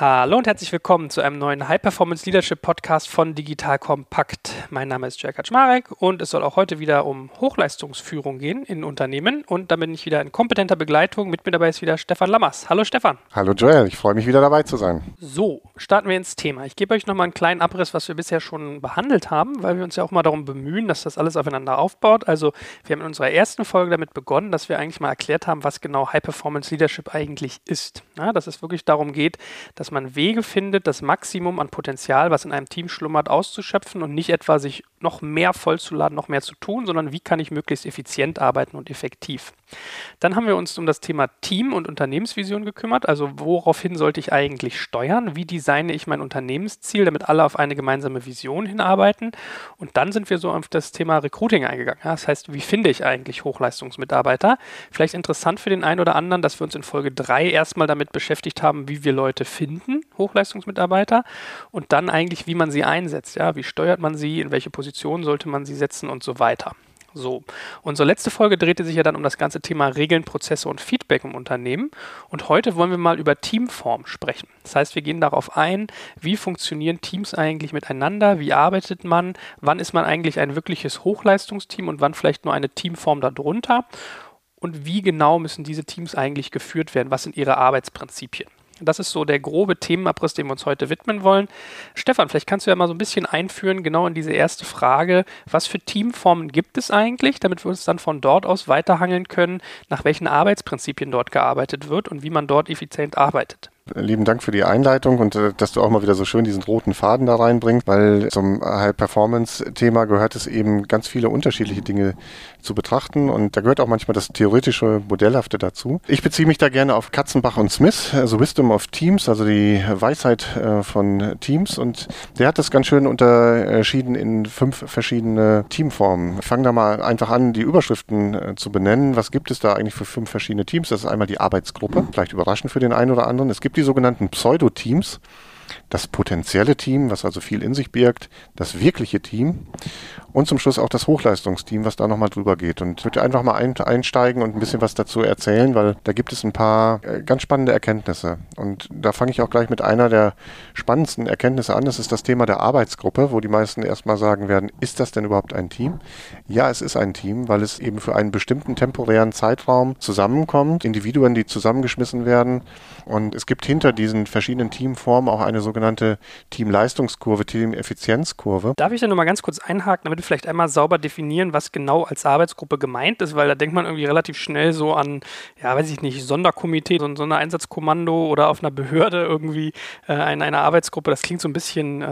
Hallo und herzlich willkommen zu einem neuen High-Performance Leadership Podcast von Digital Compact. Mein Name ist Jörg Kaczmarek und es soll auch heute wieder um Hochleistungsführung gehen in Unternehmen. Und da bin ich wieder in kompetenter Begleitung. Mit mir dabei ist wieder Stefan Lammers. Hallo Stefan. Hallo Joel, ich freue mich wieder dabei zu sein. So, starten wir ins Thema. Ich gebe euch nochmal einen kleinen Abriss, was wir bisher schon behandelt haben, weil wir uns ja auch mal darum bemühen, dass das alles aufeinander aufbaut. Also wir haben in unserer ersten Folge damit begonnen, dass wir eigentlich mal erklärt haben, was genau High-Performance Leadership eigentlich ist. Ja, dass es wirklich darum geht, dass man Wege findet, das Maximum an Potenzial, was in einem Team schlummert, auszuschöpfen und nicht etwa sich noch mehr vollzuladen, noch mehr zu tun, sondern wie kann ich möglichst effizient arbeiten und effektiv. Dann haben wir uns um das Thema Team und Unternehmensvision gekümmert, also woraufhin sollte ich eigentlich steuern, wie designe ich mein Unternehmensziel, damit alle auf eine gemeinsame Vision hinarbeiten, und dann sind wir so auf das Thema Recruiting eingegangen. Ja, das heißt, wie finde ich eigentlich Hochleistungsmitarbeiter? Vielleicht interessant für den einen oder anderen, dass wir uns in Folge 3 erstmal damit beschäftigt haben, wie wir Leute finden, Hochleistungsmitarbeiter, und dann eigentlich, wie man sie einsetzt. Ja, wie steuert man sie, in welche Position sollte man sie setzen und so weiter. So, unsere letzte Folge drehte sich ja dann um das ganze Thema Regeln, Prozesse und Feedback im Unternehmen, und heute wollen wir mal über Teamform sprechen. Das heißt, wir gehen darauf ein, wie funktionieren Teams eigentlich miteinander, wie arbeitet man, wann ist man eigentlich ein wirkliches Hochleistungsteam und wann vielleicht nur eine Teamform darunter, und wie genau müssen diese Teams eigentlich geführt werden, was sind ihre Arbeitsprinzipien. Das ist so der grobe Themenabriss, dem wir uns heute widmen wollen. Stefan, vielleicht kannst du ja mal so ein bisschen einführen, genau in diese erste Frage. Was für Teamformen gibt es eigentlich, damit wir uns dann von dort aus weiterhangeln können, nach welchen Arbeitsprinzipien dort gearbeitet wird und wie man dort effizient arbeitet? Lieben Dank für die Einleitung und dass du auch mal wieder so schön diesen roten Faden da reinbringst, weil zum High-Performance-Thema gehört es eben ganz viele unterschiedliche Dinge zu betrachten, und da gehört auch manchmal das theoretische, modellhafte dazu. Ich beziehe mich da gerne auf Katzenbach und Smith, also Wisdom of Teams, also die Weisheit von Teams, und der hat das ganz schön unterschieden in 5 verschiedene Teamformen. Ich fange da mal einfach an, die Überschriften zu benennen. Was gibt es da eigentlich für 5 verschiedene Teams? Das ist einmal die Arbeitsgruppe, vielleicht überraschend für den einen oder anderen. Es gibt die sogenannten Pseudo-Teams, das potenzielle Team, was also viel in sich birgt, das wirkliche Team und zum Schluss auch das Hochleistungsteam, was da nochmal drüber geht. Und ich würde einfach mal einsteigen und ein bisschen was dazu erzählen, weil da gibt es ein paar ganz spannende Erkenntnisse. Und da fange ich auch gleich mit einer der spannendsten Erkenntnisse an. Das ist das Thema der Arbeitsgruppe, wo die meisten erstmal sagen werden, ist das denn überhaupt ein Team? Ja, es ist ein Team, weil es eben für einen bestimmten temporären Zeitraum zusammenkommt, Individuen, die zusammengeschmissen werden. Und es gibt hinter diesen verschiedenen Teamformen auch eine sogenannte Teamleistungskurve, Teameffizienzkurve. Darf ich da nochmal ganz kurz einhaken, damit wir vielleicht einmal sauber definieren, was genau als Arbeitsgruppe gemeint ist, weil da denkt man irgendwie relativ schnell so an, ja, weiß ich nicht, Sonderkomitee, so ein Sondereinsatzkommando oder auf einer Behörde irgendwie eine Arbeitsgruppe. Das klingt so ein bisschen,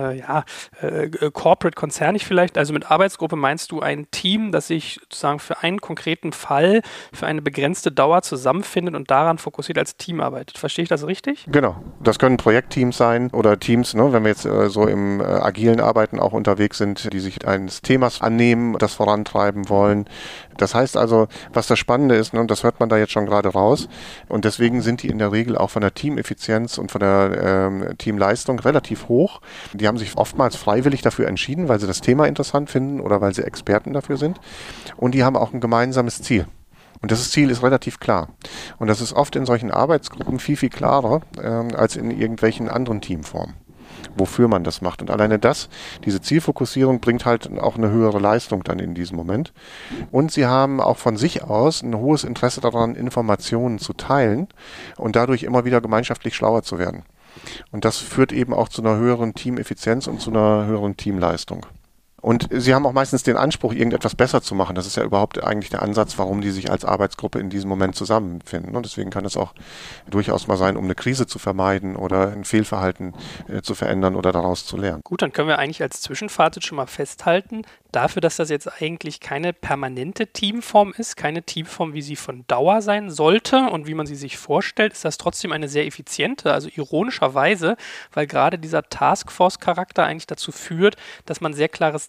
corporate-konzernig vielleicht. Also mit Arbeitsgruppe meinst du ein Team, das sich sozusagen für einen konkreten Fall, für eine begrenzte Dauer zusammenfindet und daran fokussiert als Team arbeitet. Verstehe ich das richtig? Genau. Das können Projektteams sein oder Teams, ne, wenn wir jetzt so im agilen Arbeiten auch unterwegs sind, die sich eines Themas annehmen, das vorantreiben wollen. Das heißt also, was das Spannende ist, ne, und das hört man da jetzt schon gerade raus, und deswegen sind die in der Regel auch von der Teameffizienz und von der Teamleistung relativ hoch. Die haben sich oftmals freiwillig dafür entschieden, weil sie das Thema interessant finden oder weil sie Experten dafür sind, und die haben auch ein gemeinsames Ziel. Und das Ziel ist relativ klar. Und das ist oft in solchen Arbeitsgruppen viel, viel klarer als in irgendwelchen anderen Teamformen, wofür man das macht. Und alleine diese Zielfokussierung bringt halt auch eine höhere Leistung dann in diesem Moment. Und sie haben auch von sich aus ein hohes Interesse daran, Informationen zu teilen und dadurch immer wieder gemeinschaftlich schlauer zu werden. Und das führt eben auch zu einer höheren Teameffizienz und zu einer höheren Teamleistung. Und sie haben auch meistens den Anspruch, irgendetwas besser zu machen. Das ist ja überhaupt eigentlich der Ansatz, warum die sich als Arbeitsgruppe in diesem Moment zusammenfinden. Und deswegen kann es auch durchaus mal sein, um eine Krise zu vermeiden oder ein Fehlverhalten zu verändern oder daraus zu lernen. Gut, dann können wir eigentlich als Zwischenfazit schon mal festhalten, dafür, dass das jetzt eigentlich keine permanente Teamform ist, keine Teamform, wie sie von Dauer sein sollte und wie man sie sich vorstellt, ist das trotzdem eine sehr effiziente, also ironischerweise, weil gerade dieser Taskforce-Charakter eigentlich dazu führt, dass man sehr klares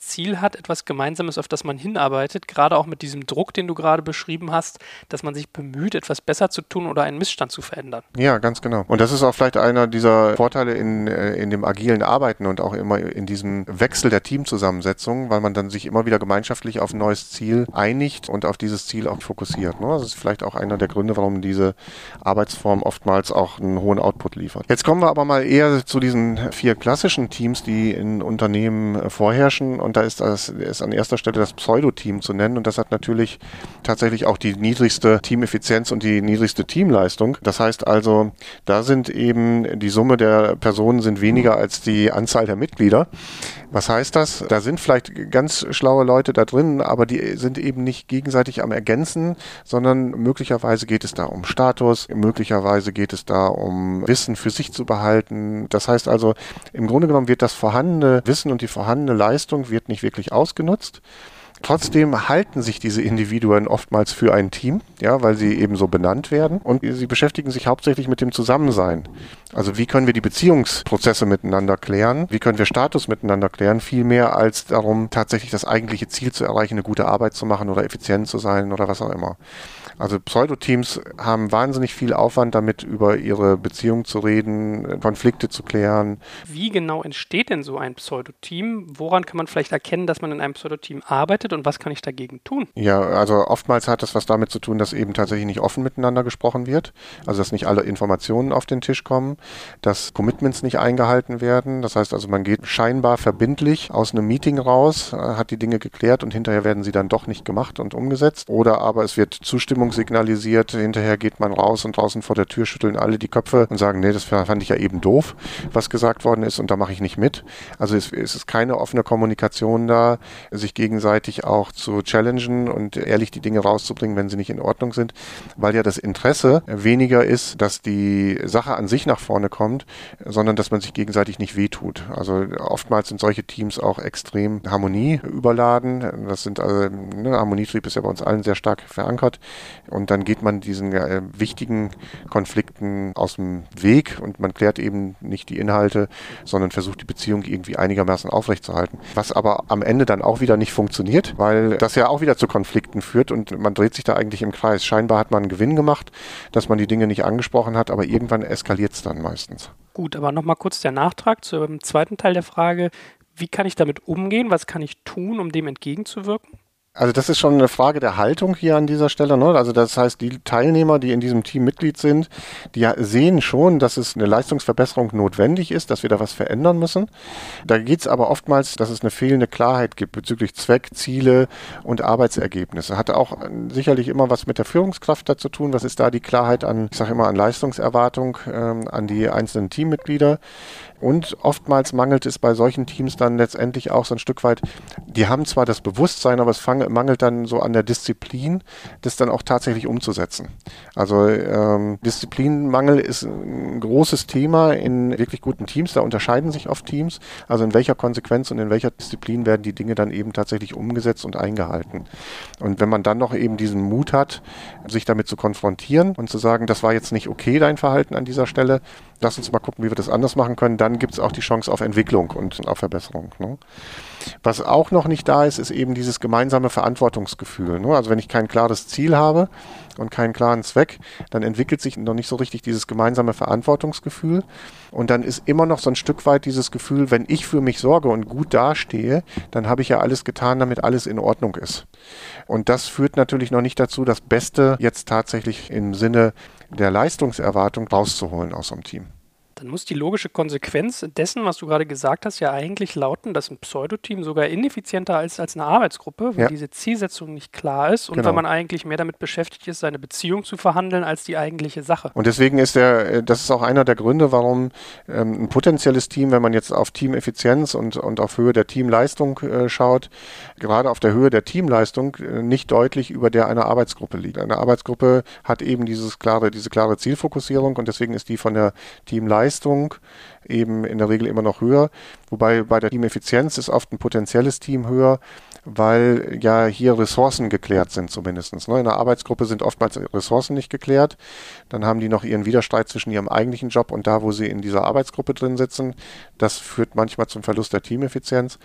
das Ziel hat, etwas Gemeinsames, auf das man hinarbeitet, gerade auch mit diesem Druck, den du gerade beschrieben hast, dass man sich bemüht, etwas besser zu tun oder einen Missstand zu verändern. Ja, ganz genau. Und das ist auch vielleicht einer dieser Vorteile in dem agilen Arbeiten und auch immer in diesem Wechsel der Teamzusammensetzung, weil man dann sich immer wieder gemeinschaftlich auf ein neues Ziel einigt und auf dieses Ziel auch fokussiert. Das ist vielleicht auch einer der Gründe, warum diese Arbeitsform oftmals auch einen hohen Output liefert. Jetzt kommen wir aber mal eher zu diesen 4 klassischen Teams, die in Unternehmen vorherrschen. Und da ist an erster Stelle das Pseudo-Team zu nennen. Und das hat natürlich tatsächlich auch die niedrigste Teameffizienz und die niedrigste Teamleistung. Das heißt also, da sind eben die Summe der Personen sind weniger als die Anzahl der Mitglieder. Was heißt das? Da sind vielleicht ganz schlaue Leute da drin, aber die sind eben nicht gegenseitig am Ergänzen, sondern möglicherweise geht es da um Status, möglicherweise geht es da um Wissen für sich zu behalten. Das heißt also, im Grunde genommen wird das vorhandene Wissen und die vorhandene Leistung wird nicht wirklich ausgenutzt. Trotzdem halten sich diese Individuen oftmals für ein Team, ja, weil sie eben so benannt werden. Und sie beschäftigen sich hauptsächlich mit dem Zusammensein. Also wie können wir die Beziehungsprozesse miteinander klären? Wie können wir Status miteinander klären? Viel mehr als darum, tatsächlich das eigentliche Ziel zu erreichen, eine gute Arbeit zu machen oder effizient zu sein oder was auch immer. Also Pseudo-Teams haben wahnsinnig viel Aufwand damit, über ihre Beziehung zu reden, Konflikte zu klären. Wie genau entsteht denn so ein Pseudo-Team? Woran kann man vielleicht erkennen, dass man in einem Pseudo-Team arbeitet und was kann ich dagegen tun? Ja, also oftmals hat das was damit zu tun, dass eben tatsächlich nicht offen miteinander gesprochen wird. Also dass nicht alle Informationen auf den Tisch kommen, dass Commitments nicht eingehalten werden. Das heißt also, man geht scheinbar verbindlich aus einem Meeting raus, hat die Dinge geklärt und hinterher werden sie dann doch nicht gemacht und umgesetzt. Oder aber es wird Zustimmung signalisiert, hinterher geht man raus und draußen vor der Tür schütteln alle die Köpfe und sagen, nee, das fand ich ja eben doof, was gesagt worden ist und da mache ich nicht mit. Also es ist keine offene Kommunikation da, sich gegenseitig auch zu challengen und ehrlich die Dinge rauszubringen, wenn sie nicht in Ordnung sind, weil ja das Interesse weniger ist, dass die Sache an sich nach vorne kommt, sondern dass man sich gegenseitig nicht wehtut. Also oftmals sind solche Teams auch extrem harmonieüberladen. Das sind Harmonietrieb ist ja bei uns allen sehr stark verankert. Und dann geht man diesen wichtigen Konflikten aus dem Weg und man klärt eben nicht die Inhalte, sondern versucht die Beziehung irgendwie einigermaßen aufrechtzuerhalten. Was aber am Ende dann auch wieder nicht funktioniert, weil das ja auch wieder zu Konflikten führt und man dreht sich da eigentlich im Kreis. Scheinbar hat man einen Gewinn gemacht, dass man die Dinge nicht angesprochen hat, aber irgendwann eskaliert es dann meistens. Gut, aber nochmal kurz der Nachtrag zum zweiten Teil der Frage. Wie kann ich damit umgehen? Was kann ich tun, um dem entgegenzuwirken? Also das ist schon eine Frage der Haltung hier an dieser Stelle, ne? Also das heißt, die Teilnehmer, die in diesem Team Mitglied sind, die sehen schon, dass es eine Leistungsverbesserung notwendig ist, dass wir da was verändern müssen. Da geht es aber oftmals, dass es eine fehlende Klarheit gibt bezüglich Zweck, Ziele und Arbeitsergebnisse. Hat auch sicherlich immer was mit der Führungskraft dazu tun. Was ist da die Klarheit an, ich sage immer, an Leistungserwartung an die einzelnen Teammitglieder? Und oftmals mangelt es bei solchen Teams dann letztendlich auch so ein Stück weit, die haben zwar das Bewusstsein, aber es mangelt dann so an der Disziplin, das dann auch tatsächlich umzusetzen. Also Disziplinmangel ist ein großes Thema in wirklich guten Teams, da unterscheiden sich oft Teams. Also in welcher Konsequenz und in welcher Disziplin werden die Dinge dann eben tatsächlich umgesetzt und eingehalten. Und wenn man dann noch eben diesen Mut hat, sich damit zu konfrontieren und zu sagen, das war jetzt nicht okay, dein Verhalten an dieser Stelle, lass uns mal gucken, wie wir das anders machen können, dann gibt es auch die Chance auf Entwicklung und auf Verbesserung. Ne? Was auch noch nicht da ist, ist eben dieses gemeinsame Verantwortungsgefühl. Ne? Also wenn ich kein klares Ziel habe und keinen klaren Zweck, dann entwickelt sich noch nicht so richtig dieses gemeinsame Verantwortungsgefühl. Und dann ist immer noch so ein Stück weit dieses Gefühl, wenn ich für mich sorge und gut dastehe, dann habe ich ja alles getan, damit alles in Ordnung ist. Und das führt natürlich noch nicht dazu, das Beste jetzt tatsächlich im Sinne der Leistungserwartung rauszuholen aus so einem Team. Dann muss die logische Konsequenz dessen, was du gerade gesagt hast, ja eigentlich lauten, dass ein Pseudoteam sogar ineffizienter als eine Arbeitsgruppe, weil diese Zielsetzung nicht klar ist und weil man eigentlich mehr damit beschäftigt ist, seine Beziehung zu verhandeln, als die eigentliche Sache. Und deswegen das ist auch einer der Gründe, warum ein potenzielles Team, wenn man jetzt auf Teameffizienz und auf Höhe der Teamleistung schaut, gerade auf der Höhe der Teamleistung nicht deutlich über der einer Arbeitsgruppe liegt. Eine Arbeitsgruppe hat eben diese klare Zielfokussierung und deswegen ist die von der Teamleistung eben in der Regel immer noch höher, wobei bei der Teameffizienz ist oft ein potenzielles Team höher, weil ja hier Ressourcen geklärt sind zumindest. Ne? In einer Arbeitsgruppe sind oftmals Ressourcen nicht geklärt, dann haben die noch ihren Widerstreit zwischen ihrem eigentlichen Job und da, wo sie in dieser Arbeitsgruppe drin sitzen. Das führt manchmal zum Verlust der Teameffizienz.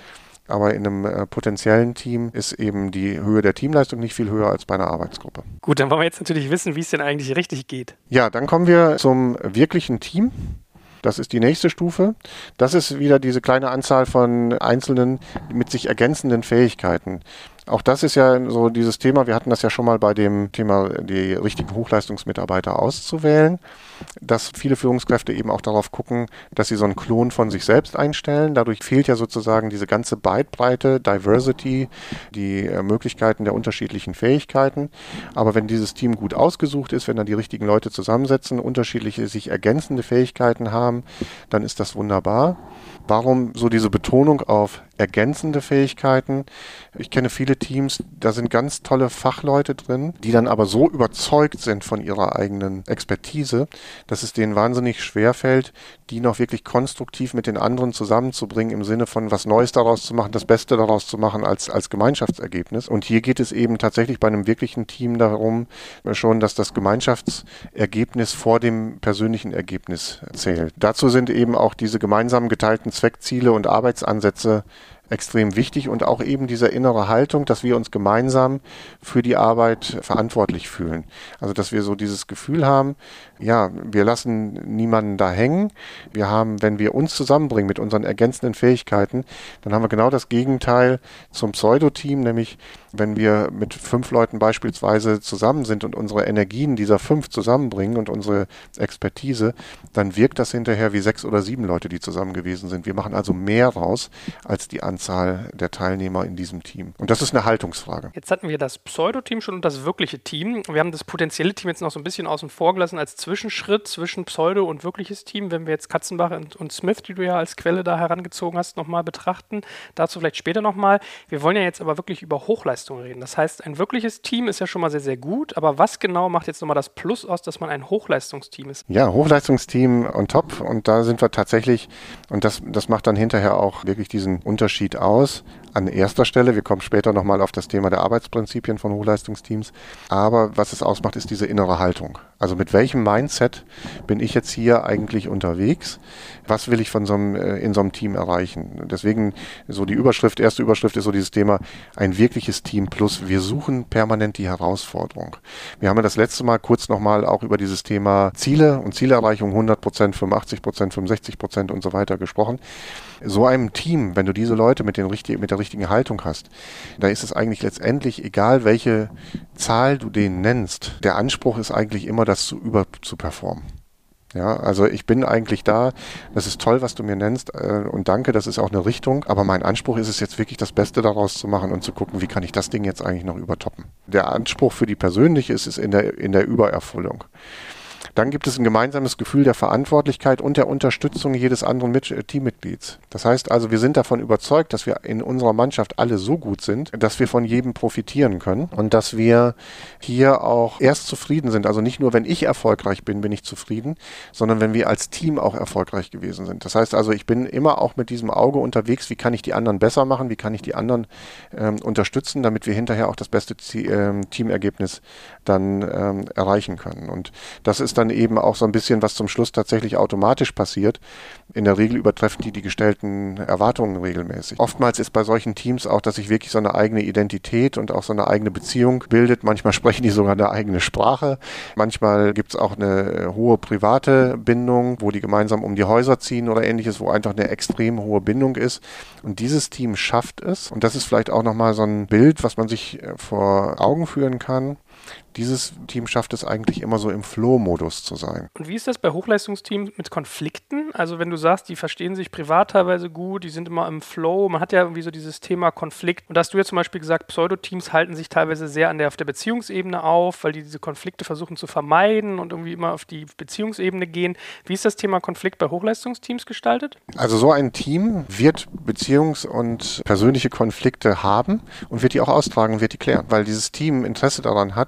aber in einem potenziellen Team ist eben die Höhe der Teamleistung nicht viel höher als bei einer Arbeitsgruppe. Gut, dann wollen wir jetzt natürlich wissen, wie es denn eigentlich richtig geht. Ja, dann kommen wir zum wirklichen Team. Das ist die nächste Stufe. Das ist wieder diese kleine Anzahl von einzelnen mit sich ergänzenden Fähigkeiten. Auch das ist ja so dieses Thema, wir hatten das ja schon mal bei dem Thema, die richtigen Hochleistungsmitarbeiter auszuwählen, dass viele Führungskräfte eben auch darauf gucken, dass sie so einen Klon von sich selbst einstellen. Dadurch fehlt ja sozusagen diese ganze Bandbreite, Diversity, die Möglichkeiten der unterschiedlichen Fähigkeiten. Aber wenn dieses Team gut ausgesucht ist, wenn da die richtigen Leute zusammensetzen, unterschiedliche, sich ergänzende Fähigkeiten haben, dann ist das wunderbar. Warum so diese Betonung auf ergänzende Fähigkeiten? Ich kenne viele Teams, da sind ganz tolle Fachleute drin, die dann aber so überzeugt sind von ihrer eigenen Expertise, dass es denen wahnsinnig schwerfällt, die noch wirklich konstruktiv mit den anderen zusammenzubringen, im Sinne von was Neues daraus zu machen, das Beste daraus zu machen als Gemeinschaftsergebnis. Und hier geht es eben tatsächlich bei einem wirklichen Team darum, schon, dass das Gemeinschaftsergebnis vor dem persönlichen Ergebnis zählt. Dazu sind eben auch diese gemeinsam geteilten Zweckziele und Arbeitsansätze extrem wichtig und auch eben diese innere Haltung, dass wir uns gemeinsam für die Arbeit verantwortlich fühlen. Also dass wir so dieses Gefühl haben, ja, wir lassen niemanden da hängen. Wir haben, wenn wir uns zusammenbringen mit unseren ergänzenden Fähigkeiten, dann haben wir genau das Gegenteil zum Pseudo-Team, nämlich wenn wir mit 5 Leuten beispielsweise zusammen sind und unsere Energien dieser 5 zusammenbringen und unsere Expertise, dann wirkt das hinterher wie 6 oder 7 Leute, die zusammen gewesen sind. Wir machen also mehr raus als die Anzahl der Teilnehmer in diesem Team. Und das ist eine Haltungsfrage. Jetzt hatten wir das Pseudo-Team schon und das wirkliche Team. Wir haben das potenzielle Team jetzt noch so ein bisschen außen vor gelassen als Zwischenschritt zwischen Pseudo- und wirkliches Team. Wenn wir jetzt Katzenbach und Smith, die du ja als Quelle da herangezogen hast, nochmal betrachten. Dazu vielleicht später nochmal. Wir wollen ja jetzt aber wirklich über Hochleistung reden. Das heißt, ein wirkliches Team ist ja schon mal sehr, sehr gut. Aber was genau macht jetzt nochmal das Plus aus, dass man ein Hochleistungsteam ist? Ja, Hochleistungsteam on top. Und da sind wir tatsächlich, und das macht dann hinterher auch wirklich diesen Unterschied aus. An erster Stelle, wir kommen später nochmal auf das Thema der Arbeitsprinzipien von Hochleistungsteams. Aber was es ausmacht, ist diese innere Haltung. Also mit welchem Mindset bin ich jetzt hier eigentlich unterwegs? Was will ich in so einem Team erreichen? Deswegen so die erste Überschrift ist so dieses Thema, ein wirkliches Team plus. Wir suchen permanent die Herausforderung. Wir haben ja das letzte Mal kurz nochmal auch über dieses Thema Ziele und Zielerreichung 100%, 85%, 65% und so weiter gesprochen. So einem Team, wenn du diese Leute mit der richtigen Haltung hast, da ist es eigentlich letztendlich egal, welche Zahl du denen nennst. Der Anspruch ist eigentlich immer, das zu performen. Ja, also ich bin eigentlich da, das ist toll, was du mir nennst und danke, das ist auch eine Richtung, aber mein Anspruch ist es jetzt wirklich das Beste daraus zu machen und zu gucken, wie kann ich das Ding jetzt eigentlich noch übertoppen. Der Anspruch für die Persönliche ist es in der Übererfüllung. Dann gibt es ein gemeinsames Gefühl der Verantwortlichkeit und der Unterstützung jedes anderen Teammitglieds. Das heißt also, wir sind davon überzeugt, dass wir in unserer Mannschaft alle so gut sind, dass wir von jedem profitieren können und dass wir hier auch erst zufrieden sind. Also nicht nur, wenn ich erfolgreich bin, bin ich zufrieden, sondern wenn wir als Team auch erfolgreich gewesen sind. Das heißt also, ich bin immer auch mit diesem Auge unterwegs, wie kann ich die anderen besser machen, wie kann ich die anderen unterstützen, damit wir hinterher auch das beste Teamergebnis dann erreichen können. Und das ist dann eben auch so ein bisschen, was zum Schluss tatsächlich automatisch passiert. In der Regel übertreffen die gestellten Erwartungen regelmäßig. Oftmals ist bei solchen Teams auch, dass sich wirklich so eine eigene Identität und auch so eine eigene Beziehung bildet. Manchmal sprechen die sogar eine eigene Sprache. Manchmal gibt es auch eine hohe private Bindung, wo die gemeinsam um die Häuser ziehen oder ähnliches, wo einfach eine extrem hohe Bindung ist. Und dieses Team schafft es. Und das ist vielleicht auch nochmal so ein Bild, was man sich vor Augen führen kann. Dieses Team schafft es eigentlich immer so im Flow-Modus zu sein. Und wie ist das bei Hochleistungsteams mit Konflikten? Also wenn du sagst, die verstehen sich privat teilweise gut, die sind immer im Flow, man hat ja irgendwie so dieses Thema Konflikt. Und da hast du ja zum Beispiel gesagt, Pseudo-Teams halten sich teilweise sehr auf der Beziehungsebene auf, weil die diese Konflikte versuchen zu vermeiden und irgendwie immer auf die Beziehungsebene gehen. Wie ist das Thema Konflikt bei Hochleistungsteams gestaltet? Also so ein Team wird Beziehungs- und persönliche Konflikte haben und wird die auch austragen, wird die klären, weil dieses Team Interesse daran hat,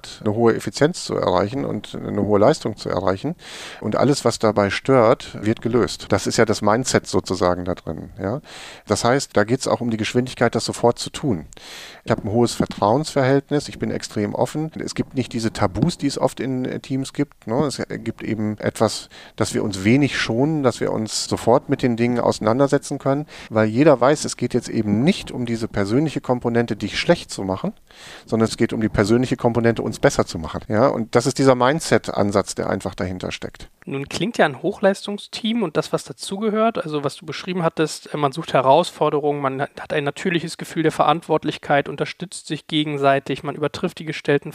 hat, eine hohe Effizienz zu erreichen und eine hohe Leistung zu erreichen. Und alles, was dabei stört, wird gelöst. Das ist ja das Mindset sozusagen da drin. Ja? Das heißt, da geht es auch um die Geschwindigkeit, das sofort zu tun. Ich habe ein hohes Vertrauensverhältnis, ich bin extrem offen. Es gibt nicht diese Tabus, die es oft in Teams gibt. Ne? Es gibt eben etwas, dass wir uns wenig schonen, dass wir uns sofort mit den Dingen auseinandersetzen können, weil jeder weiß, es geht jetzt eben nicht um diese persönliche Komponente, dich schlecht zu machen, sondern es geht um die persönliche Komponente, uns besser zu machen. Ja? Und das ist dieser Mindset-Ansatz, der einfach dahinter steckt. Nun klingt ja ein Hochleistungsteam und das, was dazugehört, also was du beschrieben hattest, man sucht Herausforderungen, man hat ein natürliches Gefühl der Verantwortlichkeit, unterstützt sich gegenseitig, man übertrifft die gestellten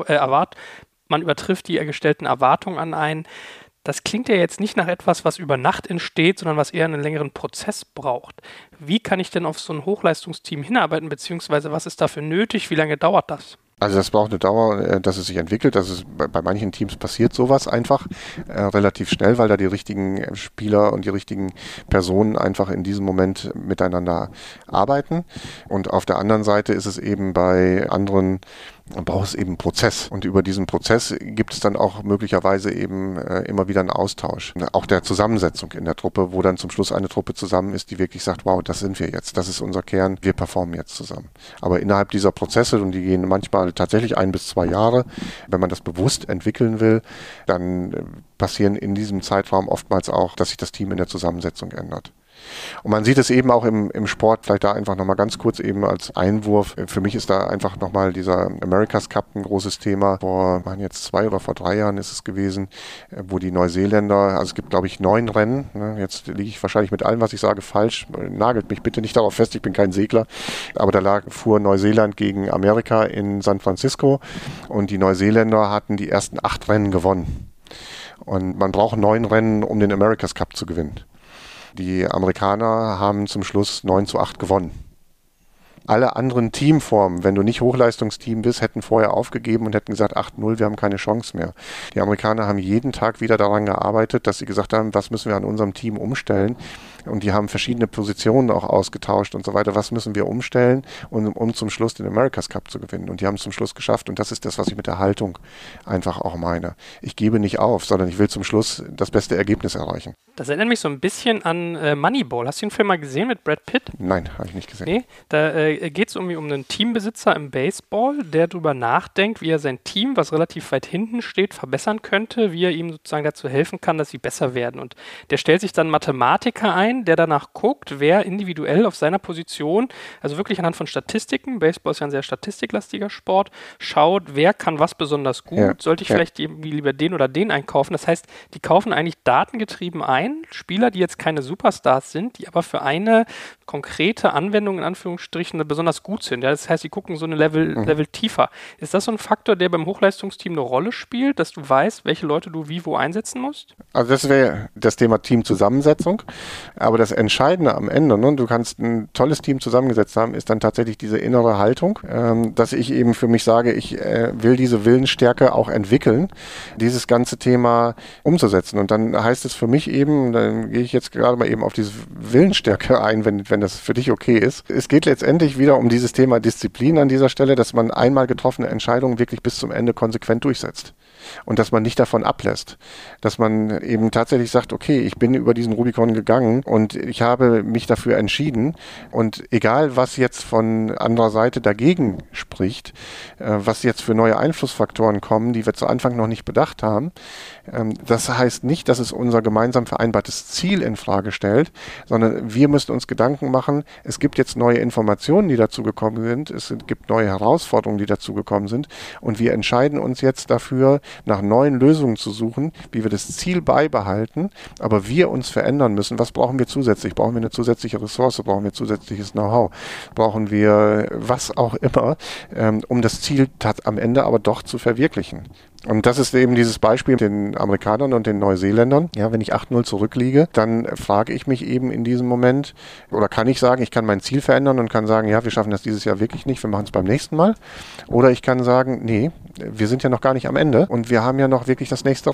Erwartungen an einen. Das klingt ja jetzt nicht nach etwas, was über Nacht entsteht, sondern was eher einen längeren Prozess braucht. Wie kann ich denn auf so ein Hochleistungsteam hinarbeiten, beziehungsweise was ist dafür nötig, wie lange dauert das? Also das braucht eine Dauer, dass es sich entwickelt. Bei manchen Teams passiert sowas einfach relativ schnell, weil da die richtigen Spieler und die richtigen Personen einfach in diesem Moment miteinander arbeiten. Und auf der anderen Seite ist es eben bei anderen, man braucht es eben einen Prozess. Und über diesen Prozess gibt es dann auch möglicherweise eben immer wieder einen Austausch. Auch der Zusammensetzung in der Truppe, wo dann zum Schluss eine Truppe zusammen ist, die wirklich sagt, wow, das sind wir jetzt, das ist unser Kern, wir performen jetzt zusammen. Aber innerhalb dieser Prozesse, und die gehen manchmal tatsächlich 1 bis 2 Jahre, wenn man das bewusst entwickeln will, dann passieren in diesem Zeitraum oftmals auch, dass sich das Team in der Zusammensetzung ändert. Und man sieht es eben auch im Sport, vielleicht da einfach nochmal ganz kurz eben als Einwurf. Für mich ist da einfach nochmal dieser America's Cup ein großes Thema. Vor 2 oder vor 3 Jahren ist es gewesen, wo die Neuseeländer, also es gibt glaube ich 9 Rennen, ne? Jetzt liege ich wahrscheinlich mit allem, was ich sage, falsch, nagelt mich bitte nicht darauf fest, ich bin kein Segler, aber fuhr Neuseeland gegen Amerika in San Francisco und die Neuseeländer hatten die ersten 8 Rennen gewonnen. Und man braucht 9 Rennen, um den America's Cup zu gewinnen. Die Amerikaner haben zum Schluss 9:8 gewonnen. Alle anderen Teamformen, wenn du nicht Hochleistungsteam bist, hätten vorher aufgegeben und hätten gesagt, 8:0, wir haben keine Chance mehr. Die Amerikaner haben jeden Tag wieder daran gearbeitet, dass sie gesagt haben, was müssen wir an unserem Team umstellen? Und die haben verschiedene Positionen auch ausgetauscht und so weiter. Was müssen wir umstellen, um zum Schluss den America's Cup zu gewinnen? Und die haben es zum Schluss geschafft. Und das ist das, was ich mit der Haltung einfach auch meine. Ich gebe nicht auf, sondern ich will zum Schluss das beste Ergebnis erreichen. Das erinnert mich so ein bisschen an Moneyball. Hast du den Film mal gesehen mit Brad Pitt? Nein, habe ich nicht gesehen. Nee, da geht es um einen Teambesitzer im Baseball, der darüber nachdenkt, wie er sein Team, was relativ weit hinten steht, verbessern könnte, wie er ihm sozusagen dazu helfen kann, dass sie besser werden. Und der stellt sich dann Mathematiker ein, der danach guckt, wer individuell auf seiner Position, also wirklich anhand von Statistiken, Baseball ist ja ein sehr statistiklastiger Sport, schaut, wer kann was besonders gut, sollte ich vielleicht irgendwie lieber den oder den einkaufen. Das heißt, die kaufen eigentlich datengetrieben ein, Spieler, die jetzt keine Superstars sind, die aber für eine konkrete Anwendung in Anführungsstrichen besonders gut sind. Ja, das heißt, sie gucken so eine Level tiefer. Ist das so ein Faktor, der beim Hochleistungsteam eine Rolle spielt, dass du weißt, welche Leute du wie wo einsetzen musst? Also das wäre das Thema Teamzusammensetzung. Aber das Entscheidende am Ende, ne, du kannst ein tolles Team zusammengesetzt haben, ist dann tatsächlich diese innere Haltung, dass ich eben für mich sage, ich will diese Willensstärke auch entwickeln, dieses ganze Thema umzusetzen. Und dann heißt es für mich eben, dann gehe ich jetzt gerade mal eben auf diese Willensstärke ein, wenn das für dich okay ist. Es geht letztendlich wieder um dieses Thema Disziplin an dieser Stelle, dass man einmal getroffene Entscheidungen wirklich bis zum Ende konsequent durchsetzt. Und dass man nicht davon ablässt. Dass man eben tatsächlich sagt, okay, ich bin über diesen Rubikon gegangen und ich habe mich dafür entschieden. Und egal, was jetzt von anderer Seite dagegen spricht, was jetzt für neue Einflussfaktoren kommen, die wir zu Anfang noch nicht bedacht haben, das heißt nicht, dass es unser gemeinsam vereinbartes Ziel in Frage stellt, sondern wir müssen uns Gedanken machen, es gibt jetzt neue Informationen, die dazu gekommen sind, es gibt neue Herausforderungen, die dazu gekommen sind und wir entscheiden uns jetzt dafür, nach neuen Lösungen zu suchen, wie wir das Ziel beibehalten, aber wir uns verändern müssen. Was brauchen wir zusätzlich? Brauchen wir eine zusätzliche Ressource? Brauchen wir zusätzliches Know-how? Brauchen wir was auch immer, um das Ziel am Ende aber doch zu verwirklichen? Und das ist eben dieses Beispiel mit den Amerikanern und den Neuseeländern. Ja, wenn ich 8:0 zurückliege, dann frage ich mich eben in diesem Moment, oder kann ich sagen, ich kann mein Ziel verändern und kann sagen, ja, wir schaffen das dieses Jahr wirklich nicht, wir machen es beim nächsten Mal. Oder ich kann sagen, nee, wir sind ja noch gar nicht am Ende und wir haben ja noch wirklich das nächste Rennen.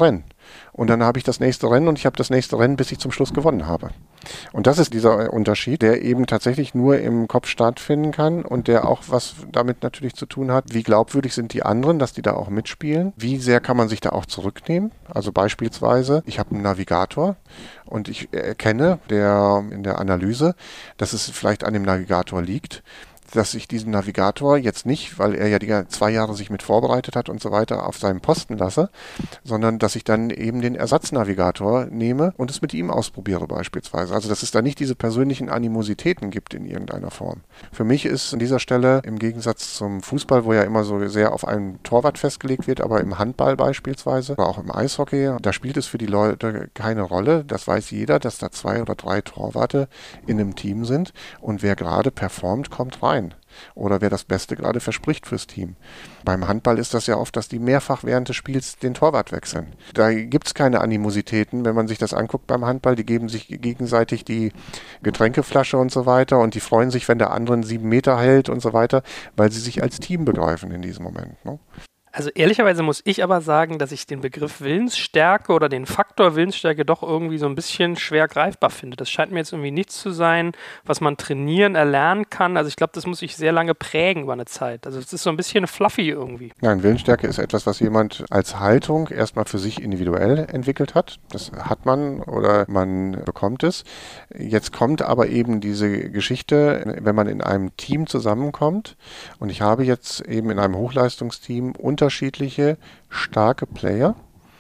und dann habe ich das nächste Rennen und ich habe das nächste Rennen, bis ich zum Schluss gewonnen habe. Und das ist dieser Unterschied, der eben tatsächlich nur im Kopf stattfinden kann und der auch was damit natürlich zu tun hat, wie glaubwürdig sind die anderen, dass die da auch mitspielen, wie sehr kann man sich da auch zurücknehmen. Also beispielsweise, ich habe einen Navigator und ich erkenne in der Analyse, dass es vielleicht an dem Navigator liegt, dass ich diesen Navigator jetzt nicht, weil er ja die 2 Jahre sich mit vorbereitet hat und so weiter, auf seinem Posten lasse, sondern dass ich dann eben den Ersatznavigator nehme und es mit ihm ausprobiere beispielsweise. Also dass es da nicht diese persönlichen Animositäten gibt in irgendeiner Form. Für mich ist an dieser Stelle im Gegensatz zum Fußball, wo ja immer so sehr auf einen Torwart festgelegt wird, aber im Handball beispielsweise oder auch im Eishockey, da spielt es für die Leute keine Rolle. Das weiß jeder, dass da 2 oder 3 Torwarte in einem Team sind und wer gerade performt, kommt rein. Oder wer das Beste gerade verspricht fürs Team. Beim Handball ist das ja oft, dass die mehrfach während des Spiels den Torwart wechseln. Da gibt es keine Animositäten, wenn man sich das anguckt beim Handball. Die geben sich gegenseitig die Getränkeflasche und so weiter und die freuen sich, wenn der andere einen 7 Meter hält und so weiter, weil sie sich als Team begreifen in diesem Moment. Ne? Also ehrlicherweise muss ich aber sagen, dass ich den Begriff Willensstärke oder den Faktor Willensstärke doch irgendwie so ein bisschen schwer greifbar finde. Das scheint mir jetzt irgendwie nichts zu sein, was man trainieren, erlernen kann. Also ich glaube, das muss sich sehr lange prägen über eine Zeit. Also es ist so ein bisschen fluffy irgendwie. Nein, Willensstärke ist etwas, was jemand als Haltung erstmal für sich individuell entwickelt hat. Das hat man oder man bekommt es. Jetzt kommt aber eben diese Geschichte, wenn man in einem Team zusammenkommt und ich habe jetzt eben in einem Hochleistungsteam unterschiedliche starke Player,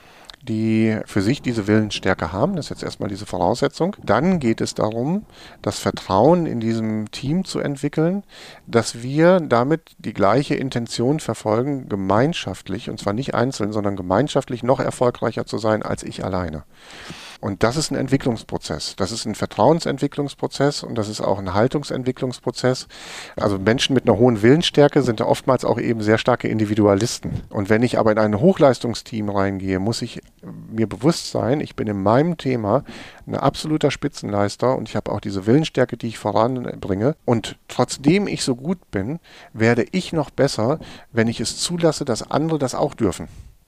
die für sich diese Willensstärke haben. Das ist jetzt erstmal diese Voraussetzung. Dann geht es darum, das Vertrauen in diesem Team zu entwickeln, dass wir damit die gleiche Intention verfolgen, gemeinschaftlich, und zwar nicht einzeln, sondern gemeinschaftlich noch erfolgreicher zu sein als ich alleine. Und das ist ein Entwicklungsprozess. Das ist ein Vertrauensentwicklungsprozess und das ist auch ein Haltungsentwicklungsprozess. Also Menschen mit einer hohen Willensstärke sind ja oftmals auch eben sehr starke Individualisten. Und wenn ich aber in ein Hochleistungsteam reingehe, muss ich mir bewusst sein, ich bin in meinem Thema ein absoluter Spitzenleister und ich habe auch diese Willensstärke, die ich voranbringe. Und trotzdem ich so gut bin, werde ich noch besser, wenn ich es zulasse, dass andere das auch dürfen.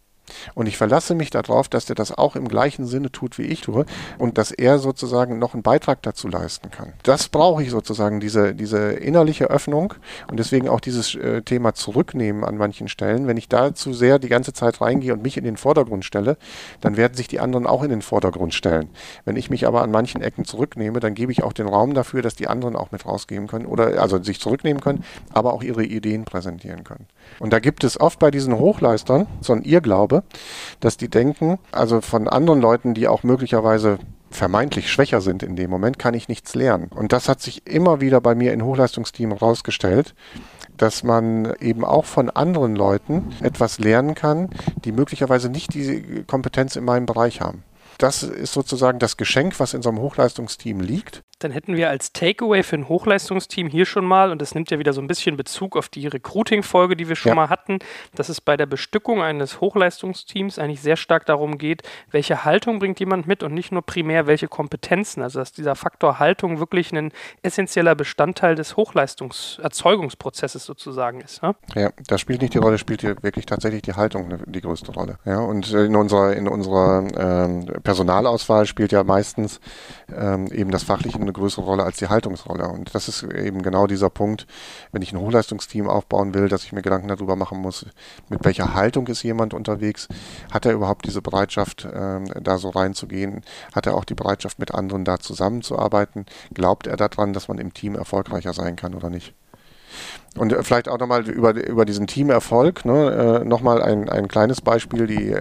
Und ich verlasse mich darauf, dass der das auch im gleichen Sinne tut, wie ich tue und dass er sozusagen noch einen Beitrag dazu leisten kann. Das brauche ich sozusagen, diese innerliche Öffnung und deswegen auch dieses Thema zurücknehmen an manchen Stellen. Wenn ich da zu sehr die ganze Zeit reingehe und mich in den Vordergrund stelle, dann werden sich die anderen auch in den Vordergrund stellen. Wenn ich mich aber an manchen Ecken zurücknehme, dann gebe ich auch den Raum dafür, dass die anderen auch mit rausgeben können oder also sich zurücknehmen können, aber auch ihre Ideen präsentieren können. Und da gibt es oft bei diesen Hochleistern so ein Irrglaube, dass die denken, also von anderen Leuten, die auch möglicherweise vermeintlich schwächer sind in dem Moment, kann ich nichts lernen. Und das hat sich immer wieder bei mir in Hochleistungsteams rausgestellt, dass man eben auch von anderen Leuten etwas lernen kann, die möglicherweise nicht diese Kompetenz in meinem Bereich haben. Das ist sozusagen das Geschenk, was in so einem Hochleistungsteam liegt. Dann hätten wir als Takeaway für ein Hochleistungsteam hier schon mal, und das nimmt ja wieder so ein bisschen Bezug auf die Recruiting-Folge, die wir schon mal hatten, dass es bei der Bestückung eines Hochleistungsteams eigentlich sehr stark darum geht, welche Haltung bringt jemand mit und nicht nur primär welche Kompetenzen. Also dass dieser Faktor Haltung wirklich ein essentieller Bestandteil des Hochleistungserzeugungsprozesses sozusagen ist. Ne? Ja, das spielt nicht die Rolle, spielt hier wirklich tatsächlich die Haltung die größte Rolle. Ja, und in unserer Personalauswahl spielt ja meistens eben das Fachliche eine größere Rolle als die Haltungsrolle. Und das ist eben genau dieser Punkt, wenn ich ein Hochleistungsteam aufbauen will, dass ich mir Gedanken darüber machen muss, mit welcher Haltung ist jemand unterwegs? Hat er überhaupt diese Bereitschaft, da so reinzugehen? Hat er auch die Bereitschaft, mit anderen da zusammenzuarbeiten? Glaubt er daran, dass man im Team erfolgreicher sein kann oder nicht? Und vielleicht auch nochmal über diesen Teamerfolg, ne, nochmal ein kleines Beispiel,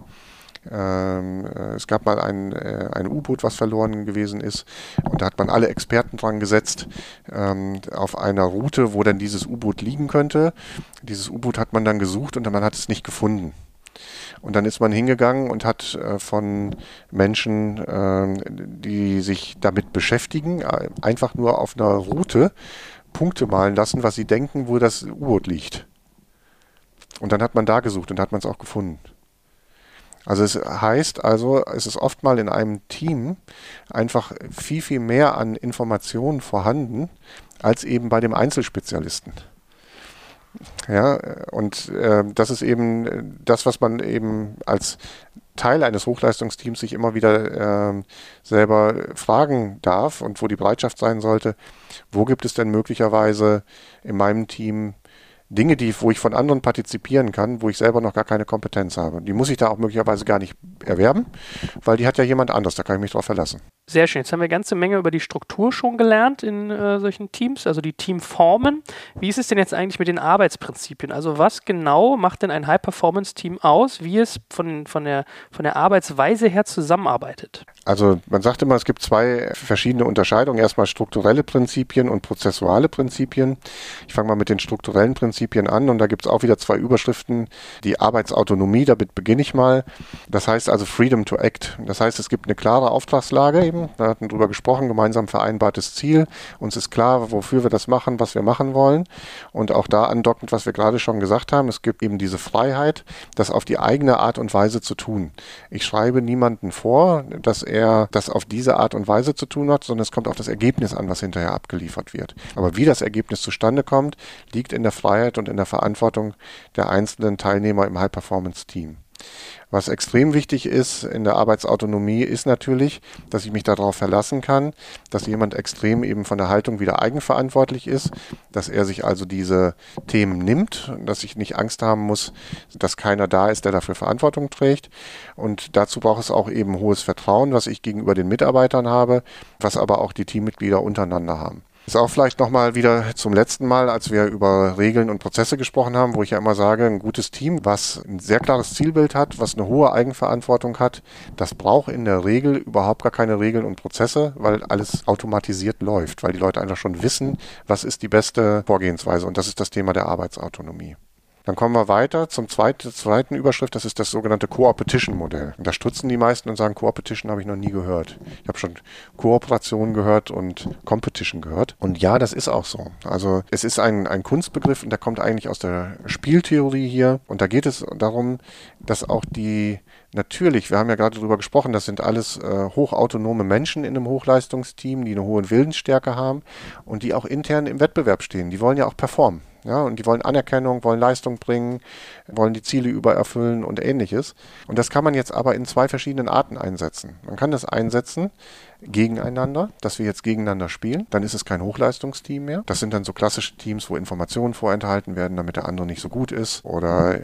es gab mal ein U-Boot, was verloren gewesen ist und da hat man alle Experten dran gesetzt auf einer Route, wo dann dieses U-Boot liegen könnte. Dieses U-Boot hat man dann gesucht und man hat es nicht gefunden. Und dann ist man hingegangen und hat von Menschen, die sich damit beschäftigen, einfach nur auf einer Route Punkte malen lassen, was sie denken, wo das U-Boot liegt. Und dann hat man da gesucht und hat man es auch gefunden. Also es heißt also, es ist oft mal in einem Team einfach viel, viel mehr an Informationen vorhanden, als eben bei dem Einzelspezialisten. Ja, und das ist eben das, was man eben als Teil eines Hochleistungsteams sich immer wieder selber fragen darf und wo die Bereitschaft sein sollte, wo gibt es denn möglicherweise in meinem Team Dinge, wo ich von anderen partizipieren kann, wo ich selber noch gar keine Kompetenz habe. Die muss ich da auch möglicherweise gar nicht erwerben, weil die hat ja jemand anderes, da kann ich mich drauf verlassen. Sehr schön. Jetzt haben wir eine ganze Menge über die Struktur schon gelernt in solchen Teams, also die Teamformen. Wie ist es denn jetzt eigentlich mit den Arbeitsprinzipien? Also was genau macht denn ein High-Performance-Team aus, wie es von der Arbeitsweise her zusammenarbeitet? Also man sagt immer, es gibt zwei verschiedene Unterscheidungen. Erstmal strukturelle Prinzipien und prozessuale Prinzipien. Ich fange mal mit den strukturellen Prinzipien an und da gibt es auch wieder zwei Überschriften. Die Arbeitsautonomie, damit beginne ich mal. Das heißt also Freedom to Act. Das heißt, es gibt eine klare Auftragslage eben. Wir hatten darüber gesprochen, gemeinsam vereinbartes Ziel. Uns ist klar, wofür wir das machen, was wir machen wollen. Und auch da andockend, was wir gerade schon gesagt haben, es gibt eben diese Freiheit, das auf die eigene Art und Weise zu tun. Ich schreibe niemanden vor, dass er das auf diese Art und Weise zu tun hat, sondern es kommt auf das Ergebnis an, was hinterher abgeliefert wird. Aber wie das Ergebnis zustande kommt, liegt in der Freiheit und in der Verantwortung der einzelnen Teilnehmer im High-Performance-Team. Was extrem wichtig ist in der Arbeitsautonomie, ist natürlich, dass ich mich darauf verlassen kann, dass jemand extrem eben von der Haltung wieder eigenverantwortlich ist, dass er sich also diese Themen nimmt, dass ich nicht Angst haben muss, dass keiner da ist, der dafür Verantwortung trägt. Und dazu braucht es auch eben hohes Vertrauen, was ich gegenüber den Mitarbeitern habe, was aber auch die Teammitglieder untereinander haben. Ist auch vielleicht nochmal wieder zum letzten Mal, als wir über Regeln und Prozesse gesprochen haben, wo ich ja immer sage, ein gutes Team, was ein sehr klares Zielbild hat, was eine hohe Eigenverantwortung hat, das braucht in der Regel überhaupt gar keine Regeln und Prozesse, weil alles automatisiert läuft, weil die Leute einfach schon wissen, was ist die beste Vorgehensweise und das ist das Thema der Arbeitsautonomie. Dann kommen wir weiter zum zweiten Überschrift, das ist das sogenannte Co-Opetition-Modell. Da stutzen die meisten und sagen, Co-Opetition habe ich noch nie gehört. Ich habe schon Kooperation gehört und Competition gehört. Und ja, das ist auch so. Also es ist ein Kunstbegriff und der kommt eigentlich aus der Spieltheorie hier. Und da geht es darum, dass auch natürlich, wir haben ja gerade darüber gesprochen, das sind alles hochautonome Menschen in einem Hochleistungsteam, die eine hohe Willensstärke haben und die auch intern im Wettbewerb stehen. Die wollen ja auch performen. Ja, und die wollen Anerkennung, wollen Leistung bringen, wollen die Ziele übererfüllen und ähnliches. Und das kann man jetzt aber in zwei verschiedenen Arten einsetzen. Man kann das einsetzen gegeneinander, dass wir jetzt gegeneinander spielen. Dann ist es kein Hochleistungsteam mehr. Das sind dann so klassische Teams, wo Informationen vorenthalten werden, damit der andere nicht so gut ist oder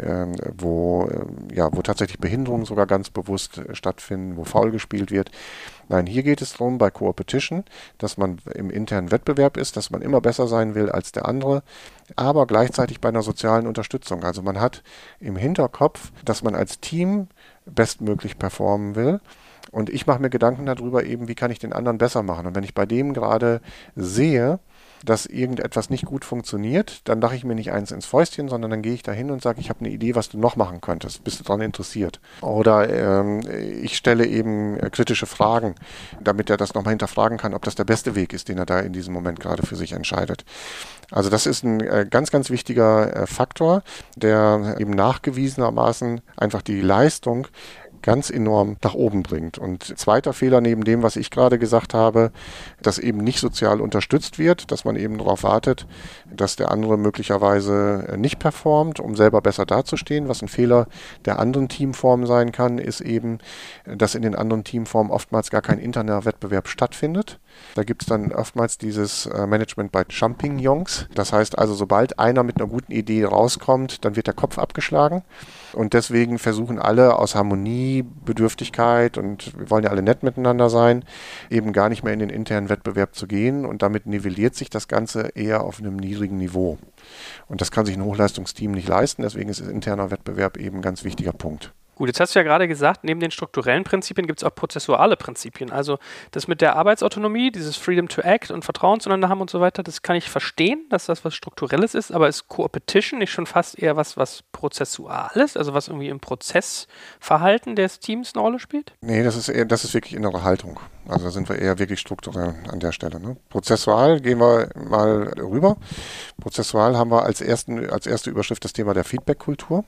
wo tatsächlich Behinderungen sogar ganz bewusst stattfinden, wo faul gespielt wird. Nein, hier geht es darum, bei Co-Opetition, dass man im internen Wettbewerb ist, dass man immer besser sein will als der andere, aber gleichzeitig bei einer sozialen Unterstützung. Also man hat im Hinterkopf, dass man als Team bestmöglich performen will. Und ich mache mir Gedanken darüber eben, wie kann ich den anderen besser machen. Und wenn ich bei dem gerade sehe, dass irgendetwas nicht gut funktioniert, dann lache ich mir nicht eins ins Fäustchen, sondern dann gehe ich da hin und sage, ich habe eine Idee, was du noch machen könntest. Bist du daran interessiert? Oder ich stelle eben kritische Fragen, damit er das nochmal hinterfragen kann, ob das der beste Weg ist, den er da in diesem Moment gerade für sich entscheidet. Also das ist ein ganz, ganz wichtiger Faktor, der eben nachgewiesenermaßen einfach die Leistung ganz enorm nach oben bringt. Und zweiter Fehler neben dem, was ich gerade gesagt habe, dass eben nicht sozial unterstützt wird, dass man eben darauf wartet, dass der andere möglicherweise nicht performt, um selber besser dazustehen. Was ein Fehler der anderen Teamformen sein kann, ist eben, dass in den anderen Teamformen oftmals gar kein interner Wettbewerb stattfindet. Da gibt es dann oftmals dieses Management by Champignons. Das heißt also, sobald einer mit einer guten Idee rauskommt, dann wird der Kopf abgeschlagen. Und deswegen versuchen alle aus Harmoniebedürftigkeit und wir wollen ja alle nett miteinander sein, eben gar nicht mehr in den internen Wettbewerb zu gehen. Und damit nivelliert sich das Ganze eher auf einem niedrigen Niveau. Und das kann sich ein Hochleistungsteam nicht leisten. Deswegen ist interner Wettbewerb eben ein ganz wichtiger Punkt. Gut, jetzt hast du ja gerade gesagt, neben den strukturellen Prinzipien gibt es auch prozessuale Prinzipien. Also das mit der Arbeitsautonomie, dieses Freedom to Act und Vertrauen zueinander haben und so weiter, das kann ich verstehen, dass das was Strukturelles ist, aber ist Co-Opetition nicht schon fast eher was Prozessuales, also was irgendwie im Prozessverhalten des Teams eine Rolle spielt? Nee, das ist wirklich innere Haltung. Also da sind wir eher wirklich strukturell an der Stelle. Ne? Prozessual gehen wir mal rüber. Prozessual haben wir als erste Überschrift das Thema der Feedback-Kultur.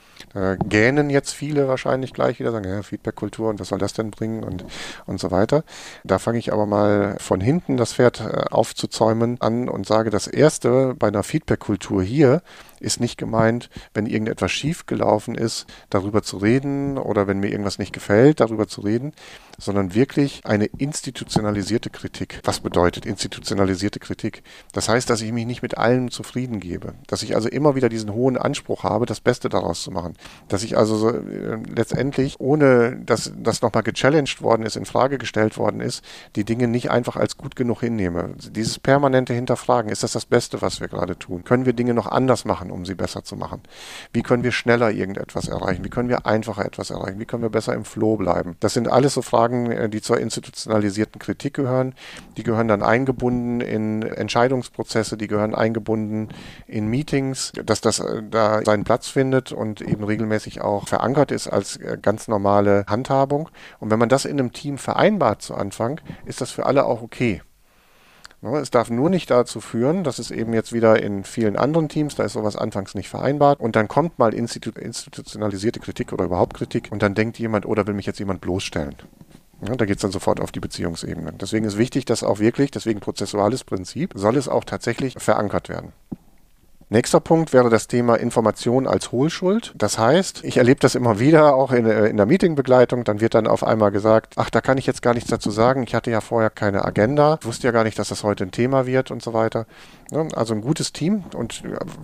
Da gähnen jetzt viele wahrscheinlich gleich wieder, sagen, ja, Feedback-Kultur und was soll das denn bringen und so weiter. Da fange ich aber mal von hinten das Pferd aufzuzäumen an und sage, das Erste bei einer Feedback-Kultur hier ist nicht gemeint, wenn irgendetwas schief gelaufen ist, darüber zu reden oder wenn mir irgendwas nicht gefällt, darüber zu reden, sondern wirklich eine institutionalisierte Kritik. Was bedeutet institutionalisierte Kritik? Das heißt, dass ich mich nicht mit allem zufrieden gebe, dass ich also immer wieder diesen hohen Anspruch habe, das Beste daraus zu machen, dass ich also so, letztendlich, ohne dass das nochmal gechallenged worden ist, in Frage gestellt worden ist, die Dinge nicht einfach als gut genug hinnehme. Dieses permanente Hinterfragen, ist das Beste, was wir gerade tun? Können wir Dinge noch anders machen, um sie besser zu machen? Wie können wir schneller irgendetwas erreichen? Wie können wir einfacher etwas erreichen? Wie können wir besser im Flow bleiben? Das sind alles so Fragen, die zur institutionalisierten Kritik gehören. Die gehören dann eingebunden in Entscheidungsprozesse, die gehören eingebunden in Meetings, dass das da seinen Platz findet und eben regelmäßig auch verankert ist als ganz normale Handhabung. Und wenn man das in einem Team vereinbart zu Anfang, ist das für alle auch okay. Es darf nur nicht dazu führen, dass es eben jetzt wieder in vielen anderen Teams, da ist sowas anfangs nicht vereinbart und dann kommt mal institutionalisierte Kritik oder überhaupt Kritik und dann denkt jemand, oh, da will mich jetzt jemand bloßstellen. Ja, da geht es dann sofort auf die Beziehungsebene. Deswegen ist wichtig, dass auch wirklich, deswegen prozessuales Prinzip, soll es auch tatsächlich verankert werden. Nächster Punkt wäre das Thema Information als Hohlschuld. Das heißt, ich erlebe das immer wieder, auch in der Meetingbegleitung, dann wird dann auf einmal gesagt, ach, da kann ich jetzt gar nichts dazu sagen, ich hatte ja vorher keine Agenda, ich wusste ja gar nicht, dass das heute ein Thema wird und so weiter. Also ein gutes Team und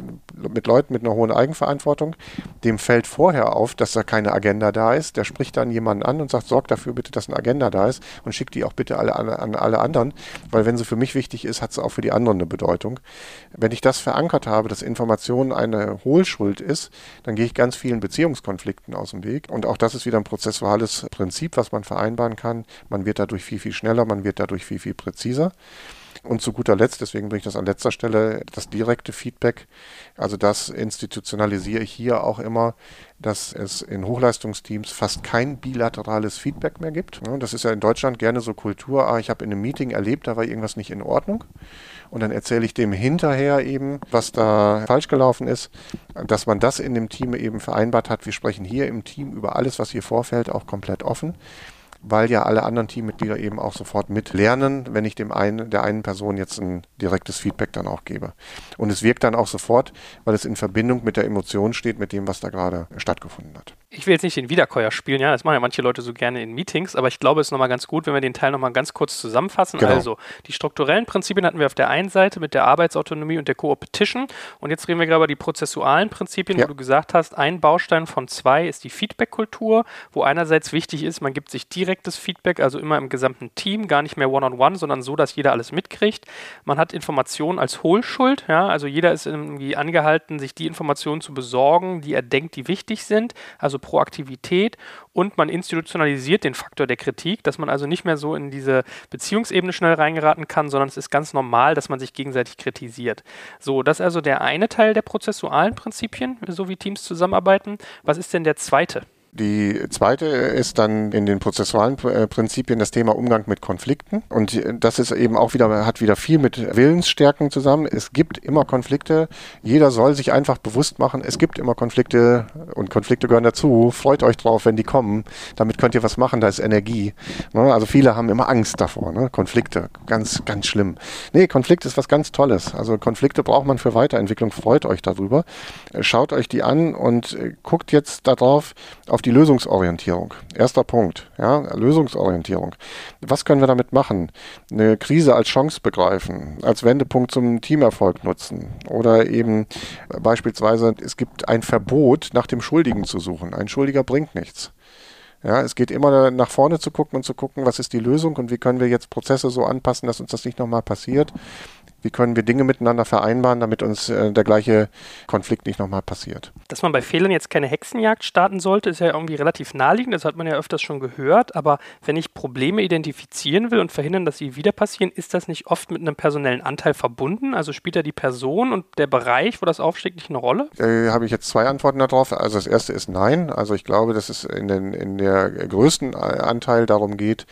mit Leuten mit einer hohen Eigenverantwortung, dem fällt vorher auf, dass da keine Agenda da ist, der spricht dann jemanden an und sagt, sorg dafür bitte, dass eine Agenda da ist und schickt die auch bitte an alle anderen, weil wenn sie für mich wichtig ist, hat sie auch für die anderen eine Bedeutung. Wenn ich das verankert habe, dass Information eine Hohlschuld ist, dann gehe ich ganz vielen Beziehungskonflikten aus dem Weg. Und auch das ist wieder ein prozessuales Prinzip, was man vereinbaren kann. Man wird dadurch viel, viel schneller, man wird dadurch viel, viel präziser. Und zu guter Letzt, deswegen bringe ich das an letzter Stelle, das direkte Feedback. Also das institutionalisiere ich hier auch immer, dass es in Hochleistungsteams fast kein bilaterales Feedback mehr gibt. Das ist ja in Deutschland gerne so Kultur, ich habe in einem Meeting erlebt, da war irgendwas nicht in Ordnung. Und dann erzähle ich dem hinterher eben, was da falsch gelaufen ist, dass man das in dem Team eben vereinbart hat. Wir sprechen hier im Team über alles, was hier vorfällt, auch komplett offen, weil ja alle anderen Teammitglieder eben auch sofort mitlernen, wenn ich der einen Person jetzt ein direktes Feedback dann auch gebe. Und es wirkt dann auch sofort, weil es in Verbindung mit der Emotion steht, mit dem, was da gerade stattgefunden hat. Ich will jetzt nicht den Wiederkäuer spielen, ja, das machen ja manche Leute so gerne in Meetings, aber ich glaube, es ist nochmal ganz gut, wenn wir den Teil nochmal ganz kurz zusammenfassen. Genau. Also, die strukturellen Prinzipien hatten wir auf der einen Seite mit der Arbeitsautonomie und der Co-Opetition und jetzt reden wir gerade über die prozessualen Prinzipien, wo du gesagt hast, ein Baustein von 2 ist die Feedback-Kultur, wo einerseits wichtig ist, man gibt sich direktes Feedback, also immer im gesamten Team, gar nicht mehr one-on-one, sondern so, dass jeder alles mitkriegt. Man hat Informationen als Hohlschuld, ja, also jeder ist irgendwie angehalten, sich die Informationen zu besorgen, die er denkt, die wichtig sind, also Proaktivität, und man institutionalisiert den Faktor der Kritik, dass man also nicht mehr so in diese Beziehungsebene schnell reingeraten kann, sondern es ist ganz normal, dass man sich gegenseitig kritisiert. So, das ist also der eine Teil der prozessualen Prinzipien, so wie Teams zusammenarbeiten. Was ist denn der zweite? Die zweite ist dann in den prozessualen Prinzipien das Thema Umgang mit Konflikten. Und das ist eben auch wieder, hat wieder viel mit Willensstärken zusammen. Es gibt immer Konflikte. Jeder soll sich einfach bewusst machen, es gibt immer Konflikte und Konflikte gehören dazu. Freut euch drauf, wenn die kommen. Damit könnt ihr was machen, da ist Energie. Also viele haben immer Angst davor. Konflikte, ganz, ganz schlimm. Nee, Konflikt ist was ganz Tolles. Also Konflikte braucht man für Weiterentwicklung. Freut euch darüber. Schaut euch die an und guckt jetzt darauf, auf die Lösungsorientierung. Erster Punkt, ja, Lösungsorientierung. Was können wir damit machen? Eine Krise als Chance begreifen, als Wendepunkt zum Teamerfolg nutzen oder eben beispielsweise, es gibt ein Verbot, nach dem Schuldigen zu suchen. Ein Schuldiger bringt nichts. Ja, es geht immer nach vorne zu gucken und zu gucken, was ist die Lösung und wie können wir jetzt Prozesse so anpassen, dass uns das nicht nochmal passiert. Wie können wir Dinge miteinander vereinbaren, damit uns der gleiche Konflikt nicht nochmal passiert? Dass man bei Fehlern jetzt keine Hexenjagd starten sollte, ist ja irgendwie relativ naheliegend. Das hat man ja öfters schon gehört. Aber wenn ich Probleme identifizieren will und verhindern, dass sie wieder passieren, ist das nicht oft mit einem personellen Anteil verbunden? Also spielt da die Person und der Bereich, wo das aufschlägt, nicht eine Rolle? Habe ich jetzt 2 Antworten darauf. Also das erste ist nein. Also ich glaube, dass es in der größten Anteil darum geht,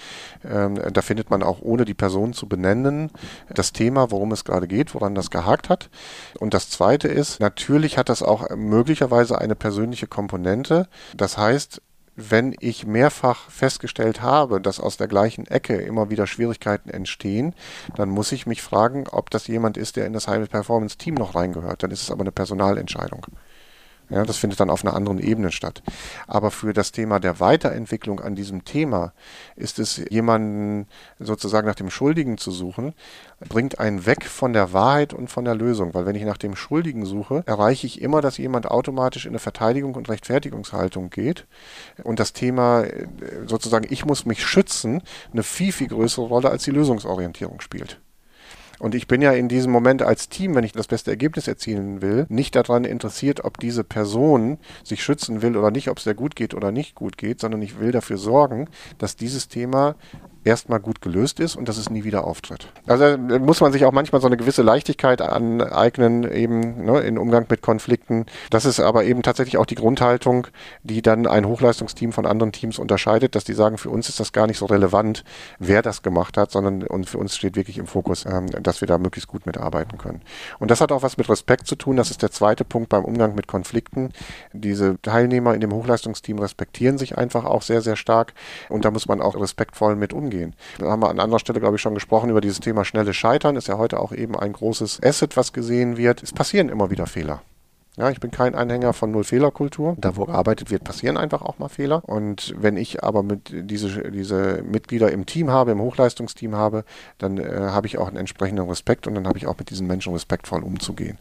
da findet man auch ohne die Person zu benennen, das Thema, worum es gerade geht, woran das gehakt hat. Und das zweite ist, natürlich hat das auch möglicherweise eine persönliche Komponente. Das heißt, wenn ich mehrfach festgestellt habe, dass aus der gleichen Ecke immer wieder Schwierigkeiten entstehen, dann muss ich mich fragen, ob das jemand ist, der in das High-Performance-Team noch reingehört. Dann ist es aber eine Personalentscheidung. Ja, das findet dann auf einer anderen Ebene statt. Aber für das Thema der Weiterentwicklung an diesem Thema ist es, jemanden sozusagen nach dem Schuldigen zu suchen, bringt einen weg von der Wahrheit und von der Lösung. Weil wenn ich nach dem Schuldigen suche, erreiche ich immer, dass jemand automatisch in eine Verteidigung und Rechtfertigungshaltung geht. Und das Thema sozusagen, ich muss mich schützen, eine viel, viel größere Rolle als die Lösungsorientierung spielt. Und ich bin ja in diesem Moment als Team, wenn ich das beste Ergebnis erzielen will, nicht daran interessiert, ob diese Person sich schützen will oder nicht, ob es der gut geht oder nicht gut geht, sondern ich will dafür sorgen, dass dieses Thema erstmal gut gelöst ist und dass es nie wieder auftritt. Also muss man sich auch manchmal so eine gewisse Leichtigkeit aneignen, eben in Umgang mit Konflikten. Das ist aber eben tatsächlich auch die Grundhaltung, die dann ein Hochleistungsteam von anderen Teams unterscheidet, dass die sagen, für uns ist das gar nicht so relevant, wer das gemacht hat, sondern und für uns steht wirklich im Fokus, dass wir da möglichst gut mitarbeiten können. Und das hat auch was mit Respekt zu tun. Das ist der zweite Punkt beim Umgang mit Konflikten. Diese Teilnehmer in dem Hochleistungsteam respektieren sich einfach auch sehr, sehr stark und da muss man auch respektvoll mit umgehen. Da haben wir an anderer Stelle, glaube ich, schon gesprochen über dieses Thema schnelles Scheitern. Ist ja heute auch eben ein großes Asset, was gesehen wird. Es passieren immer wieder Fehler. Ja, ich bin kein Anhänger von Null-Fehler-Kultur. Da, wo gearbeitet wird, passieren einfach auch mal Fehler. Und wenn ich aber mit diese Mitglieder im Team habe, im Hochleistungsteam habe, dann habe ich auch einen entsprechenden Respekt und dann habe ich auch mit diesen Menschen respektvoll umzugehen.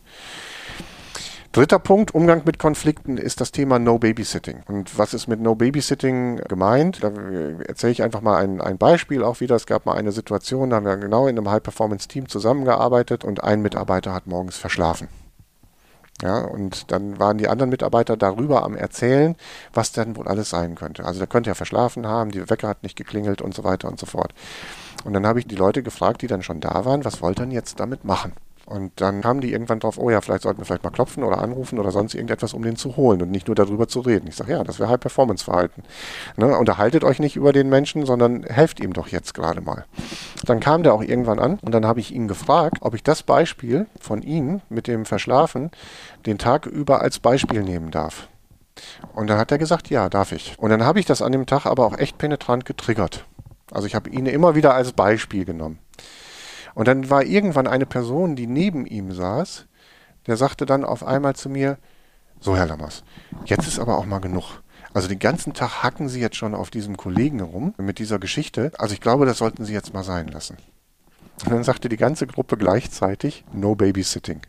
Dritter Punkt, Umgang mit Konflikten, ist das Thema No Babysitting. Und was ist mit No Babysitting gemeint? Da erzähle ich einfach mal ein Beispiel auch wieder. Es gab mal eine Situation, da haben wir genau in einem High-Performance-Team zusammengearbeitet und ein Mitarbeiter hat morgens verschlafen. Ja, und dann waren die anderen Mitarbeiter darüber am Erzählen, was denn wohl alles sein könnte. Also der könnte ja verschlafen haben, die Wecker hat nicht geklingelt und so weiter und so fort. Und dann habe ich die Leute gefragt, die dann schon da waren, was wollt ihr denn jetzt damit machen? Und dann kamen die irgendwann drauf, oh ja, vielleicht sollten wir vielleicht mal klopfen oder anrufen oder sonst irgendetwas, um den zu holen und nicht nur darüber zu reden. Ich sage, ja, das wäre High-Performance-Verhalten. Ne? Unterhaltet euch nicht über den Menschen, sondern helft ihm doch jetzt gerade mal. Dann kam der auch irgendwann an und dann habe ich ihn gefragt, ob ich das Beispiel von ihm mit dem Verschlafen den Tag über als Beispiel nehmen darf. Und dann hat er gesagt, ja, darf ich. Und dann habe ich das an dem Tag aber auch echt penetrant getriggert. Also ich habe ihn immer wieder als Beispiel genommen. Und dann war irgendwann eine Person, die neben ihm saß, der sagte dann auf einmal zu mir, so Herr Lammers, jetzt ist aber auch mal genug. Also den ganzen Tag hacken Sie jetzt schon auf diesem Kollegen rum mit dieser Geschichte. Also ich glaube, das sollten Sie jetzt mal sein lassen. Und dann sagte die ganze Gruppe gleichzeitig, no babysitting.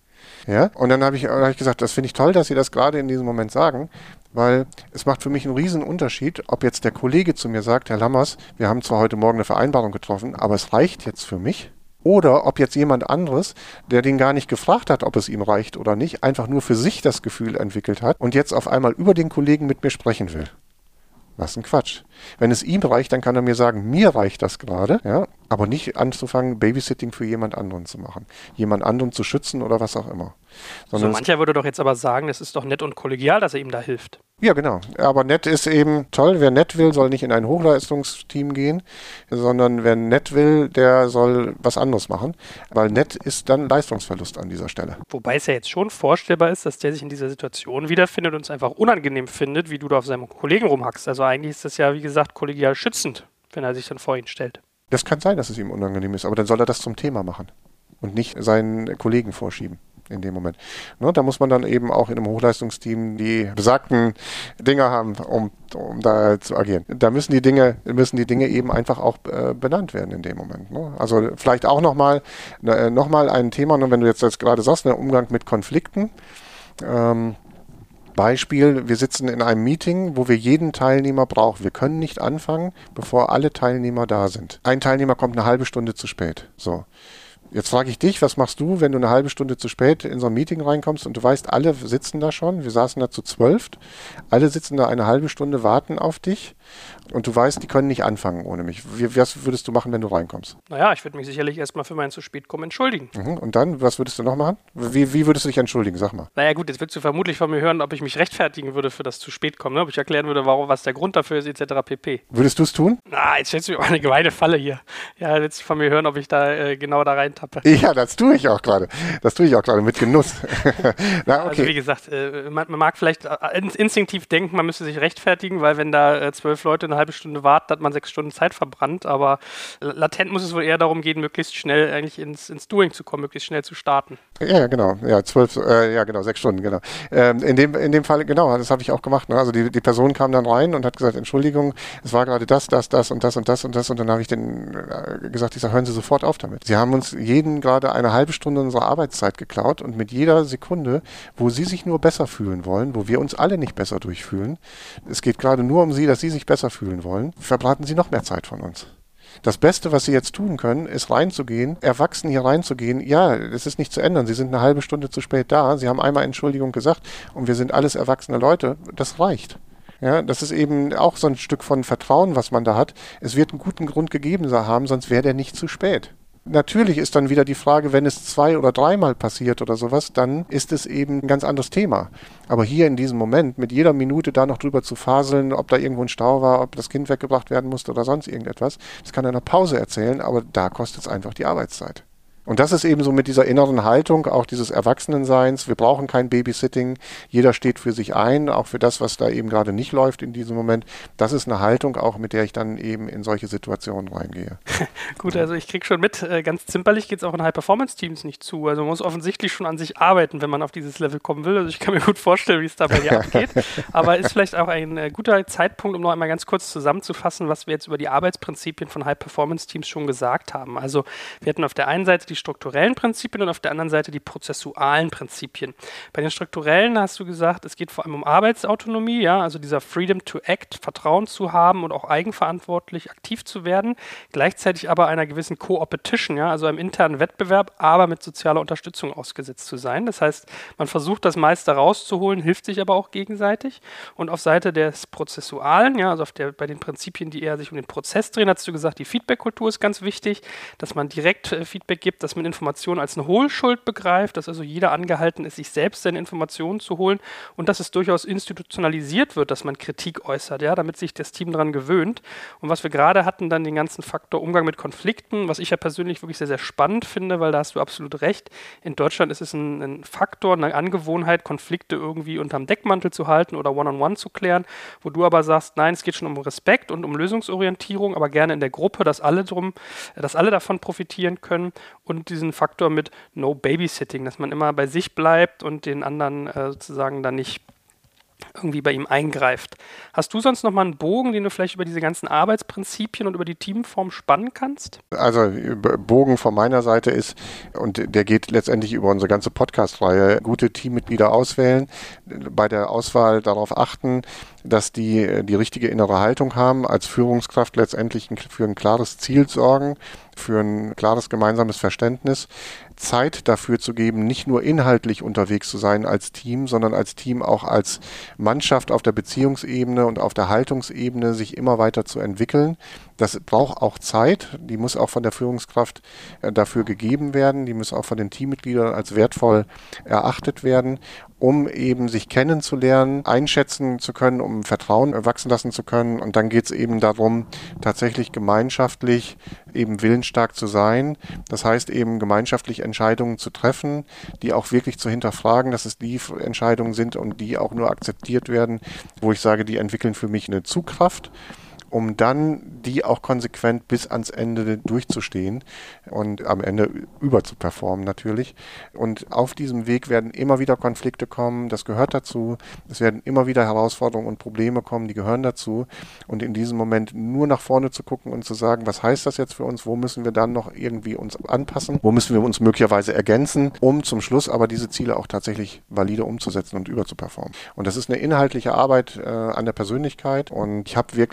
Ja? Und dann habe ich gesagt, das finde ich toll, dass Sie das gerade in diesem Moment sagen, weil es macht für mich einen riesen Unterschied, ob jetzt der Kollege zu mir sagt, Herr Lammers, wir haben zwar heute Morgen eine Vereinbarung getroffen, aber es reicht jetzt für mich. Oder ob jetzt jemand anderes, der den gar nicht gefragt hat, ob es ihm reicht oder nicht, einfach nur für sich das Gefühl entwickelt hat und jetzt auf einmal über den Kollegen mit mir sprechen will. Was ein Quatsch. Wenn es ihm reicht, dann kann er mir sagen, mir reicht das gerade, ja, aber nicht anzufangen, Babysitting für jemand anderen zu machen. Jemand anderen zu schützen oder was auch immer. So mancher würde doch jetzt aber sagen, es ist doch nett und kollegial, dass er ihm da hilft. Ja, genau. Aber nett ist eben toll. Wer nett will, soll nicht in ein Hochleistungsteam gehen, sondern wer nett will, der soll was anderes machen. Weil nett ist dann Leistungsverlust an dieser Stelle. Wobei es ja jetzt schon vorstellbar ist, dass der sich in dieser Situation wiederfindet und es einfach unangenehm findet, wie du da auf seinem Kollegen rumhackst. Also eigentlich ist das ja, wie gesagt, kollegial schützend, wenn er sich dann vor ihn stellt. Das kann sein, dass es ihm unangenehm ist, aber dann soll er das zum Thema machen und nicht seinen Kollegen vorschieben. In dem Moment. Ne, da muss man dann eben auch in einem Hochleistungsteam die besagten Dinge haben, um da zu agieren. Da müssen die Dinge eben einfach auch benannt werden in dem Moment. Ne? Also vielleicht auch nochmal ein Thema, wenn du jetzt gerade sagst, der Umgang mit Konflikten. Beispiel, wir sitzen in einem Meeting, wo wir jeden Teilnehmer brauchen. Wir können nicht anfangen, bevor alle Teilnehmer da sind. Ein Teilnehmer kommt eine halbe Stunde zu spät. So. Jetzt frage ich dich, was machst du, wenn du eine halbe Stunde zu spät in so ein Meeting reinkommst und du weißt, alle sitzen da schon, wir saßen da zu 12, alle sitzen da eine halbe Stunde, warten auf dich und du weißt, die können nicht anfangen ohne mich. Was würdest du machen, wenn du reinkommst? Naja, ich würde mich sicherlich erstmal für mein zu spät kommen entschuldigen. Und dann, was würdest du noch machen? Wie würdest du dich entschuldigen? Sag mal. Naja gut, jetzt würdest du vermutlich von mir hören, ob ich mich rechtfertigen würde für das zu spät kommen, ne? Ob ich erklären würde, was der Grund dafür ist, etc. pp. Würdest du es tun? Na, jetzt stellst du mir mal eine gemeine Falle hier. Ja, jetzt von mir hören, ob ich da genau da reintappe. Ja, das tue ich auch gerade. Das tue ich auch gerade mit Genuss. Na, okay. Also wie gesagt, man mag vielleicht instinktiv denken, man müsste sich rechtfertigen, weil wenn da 12 Leute eine halbe Stunde warten, hat man 6 Stunden Zeit verbrannt, aber latent muss es wohl eher darum gehen, möglichst schnell eigentlich ins Doing zu kommen, möglichst schnell zu starten. Ja, genau. Ja, 6 Stunden, genau. In dem Fall, genau, das habe ich auch gemacht. Ne? Also die Person kam dann rein und hat gesagt, Entschuldigung, es war gerade das und das und das und das und dann habe ich gesagt, ich sage, hören Sie sofort auf damit. Sie haben uns jeden gerade eine halbe Stunde unserer Arbeitszeit geklaut und mit jeder Sekunde, wo Sie sich nur besser fühlen wollen, wo wir uns alle nicht besser durchfühlen, es geht gerade nur um Sie, dass Sie sich besser fühlen wollen, verbraten Sie noch mehr Zeit von uns. Das Beste, was Sie jetzt tun können, ist reinzugehen, erwachsen hier reinzugehen. Ja, es ist nicht zu ändern. Sie sind eine halbe Stunde zu spät da. Sie haben einmal Entschuldigung gesagt und wir sind alles erwachsene Leute. Das reicht. Ja, das ist eben auch so ein Stück von Vertrauen, was man da hat. Es wird einen guten Grund gegeben haben, sonst wäre der nicht zu spät. Natürlich ist dann wieder die Frage, wenn es 2- oder 3-mal passiert oder sowas, dann ist es eben ein ganz anderes Thema. Aber hier in diesem Moment, mit jeder Minute da noch drüber zu faseln, ob da irgendwo ein Stau war, ob das Kind weggebracht werden musste oder sonst irgendetwas, das kann er in einer Pause erzählen, aber da kostet es einfach die Arbeitszeit. Und das ist eben so mit dieser inneren Haltung, auch dieses Erwachsenenseins. Wir brauchen kein Babysitting. Jeder steht für sich ein, auch für das, was da eben gerade nicht läuft in diesem Moment. Das ist eine Haltung auch, mit der ich dann eben in solche Situationen reingehe. Gut, also ich kriege schon mit, ganz zimperlich geht es auch in High-Performance-Teams nicht zu. Also man muss offensichtlich schon an sich arbeiten, wenn man auf dieses Level kommen will. Also ich kann mir gut vorstellen, wie es da bei dir abgeht. Aber ist vielleicht auch ein guter Zeitpunkt, um noch einmal ganz kurz zusammenzufassen, was wir jetzt über die Arbeitsprinzipien von High-Performance-Teams schon gesagt haben. Also wir hatten auf der einen Seite die strukturellen Prinzipien und auf der anderen Seite die prozessualen Prinzipien. Bei den strukturellen hast du gesagt, es geht vor allem um Arbeitsautonomie, ja, also dieser Freedom to Act, Vertrauen zu haben und auch eigenverantwortlich aktiv zu werden, gleichzeitig aber einer gewissen Co-Opetition, ja, also einem internen Wettbewerb, aber mit sozialer Unterstützung ausgesetzt zu sein. Das heißt, man versucht das meiste rauszuholen, hilft sich aber auch gegenseitig. Und auf Seite des Prozessualen, ja, also bei den Prinzipien, die eher sich um den Prozess drehen, hast du gesagt, die Feedback-Kultur ist ganz wichtig, dass man direkt Feedback gibt, dass man Informationen als eine Hohlschuld begreift, dass also jeder angehalten ist, sich selbst seine Informationen zu holen und dass es durchaus institutionalisiert wird, dass man Kritik äußert, ja, damit sich das Team daran gewöhnt. Und was wir gerade hatten, dann den ganzen Faktor Umgang mit Konflikten, was ich ja persönlich wirklich sehr, sehr spannend finde, weil da hast du absolut recht. In Deutschland ist es ein Faktor, eine Angewohnheit, Konflikte irgendwie unterm Deckmantel zu halten oder one-on-one zu klären, wo du aber sagst, nein, es geht schon um Respekt und um Lösungsorientierung, aber gerne in der Gruppe, dass alle davon profitieren können und diesen Faktor mit No Babysitting, dass man immer bei sich bleibt und den anderen sozusagen dann nicht irgendwie bei ihm eingreift. Hast du sonst noch mal einen Bogen, den du vielleicht über diese ganzen Arbeitsprinzipien und über die Teamform spannen kannst? Also Bogen von meiner Seite ist, und der geht letztendlich über unsere ganze Podcast-Reihe, gute Teammitglieder auswählen, bei der Auswahl darauf achten, dass die richtige innere Haltung haben, als Führungskraft letztendlich für ein klares Ziel sorgen, für ein klares gemeinsames Verständnis, Zeit dafür zu geben, nicht nur inhaltlich unterwegs zu sein als Team, sondern als Team auch als Mannschaft auf der Beziehungsebene und auf der Haltungsebene sich immer weiter zu entwickeln. Das braucht auch Zeit, die muss auch von der Führungskraft dafür gegeben werden, die muss auch von den Teammitgliedern als wertvoll erachtet werden, um eben sich kennenzulernen, einschätzen zu können, um Vertrauen wachsen lassen zu können. Und dann geht es eben darum, tatsächlich gemeinschaftlich eben willensstark zu sein. Das heißt eben gemeinschaftlich Entscheidungen zu treffen, die auch wirklich zu hinterfragen, dass es die Entscheidungen sind und die auch nur akzeptiert werden, wo ich sage, die entwickeln für mich eine Zugkraft, um dann die auch konsequent bis ans Ende durchzustehen und am Ende überzuperformen natürlich. Und auf diesem Weg werden immer wieder Konflikte kommen, das gehört dazu. Es werden immer wieder Herausforderungen und Probleme kommen, die gehören dazu. Und in diesem Moment nur nach vorne zu gucken und zu sagen, was heißt das jetzt für uns, wo müssen wir dann noch irgendwie uns anpassen, wo müssen wir uns möglicherweise ergänzen, um zum Schluss aber diese Ziele auch tatsächlich valide umzusetzen und überzuperformen. Und das ist eine inhaltliche Arbeit an der Persönlichkeit und ich habe wirklich Teams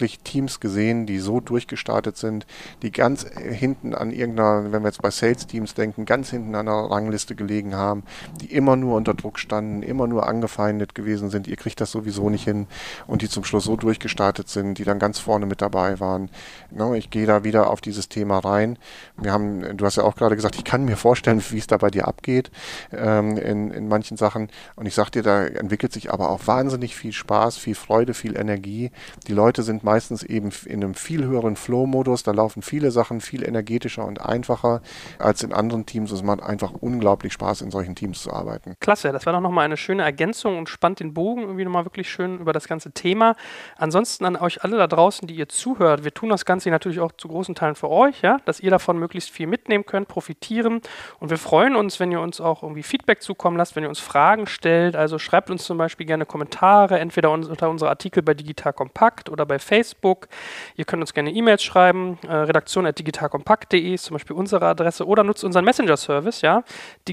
Teams gesehen, die so durchgestartet sind, die ganz hinten an irgendeiner, wenn wir jetzt bei Sales-Teams denken, ganz hinten an der Rangliste gelegen haben, die immer nur unter Druck standen, immer nur angefeindet gewesen sind, ihr kriegt das sowieso nicht hin und die zum Schluss so durchgestartet sind, die dann ganz vorne mit dabei waren. Ich gehe da wieder auf dieses Thema rein. Du hast ja auch gerade gesagt, ich kann mir vorstellen, wie es da bei dir abgeht in manchen Sachen und ich sag dir, da entwickelt sich aber auch wahnsinnig viel Spaß, viel Freude, viel Energie. Die Leute sind meistens eben in einem viel höheren Flow-Modus, da laufen viele Sachen viel energetischer und einfacher als in anderen Teams. Es macht einfach unglaublich Spaß, in solchen Teams zu arbeiten. Klasse, das war doch nochmal eine schöne Ergänzung und spannt den Bogen irgendwie nochmal wirklich schön über das ganze Thema. Ansonsten an euch alle da draußen, die ihr zuhört, wir tun das Ganze natürlich auch zu großen Teilen für euch, ja, dass ihr davon möglichst viel mitnehmen könnt, profitieren und wir freuen uns, wenn ihr uns auch irgendwie Feedback zukommen lasst, wenn ihr uns Fragen stellt, also schreibt uns zum Beispiel gerne Kommentare, entweder unter unsere Artikel bei Digital Kompakt oder bei Facebook. Ihr könnt uns gerne E-Mails schreiben, redaktion@digitalkompakt.de ist zum Beispiel unsere Adresse oder nutzt unseren Messenger-Service, ja,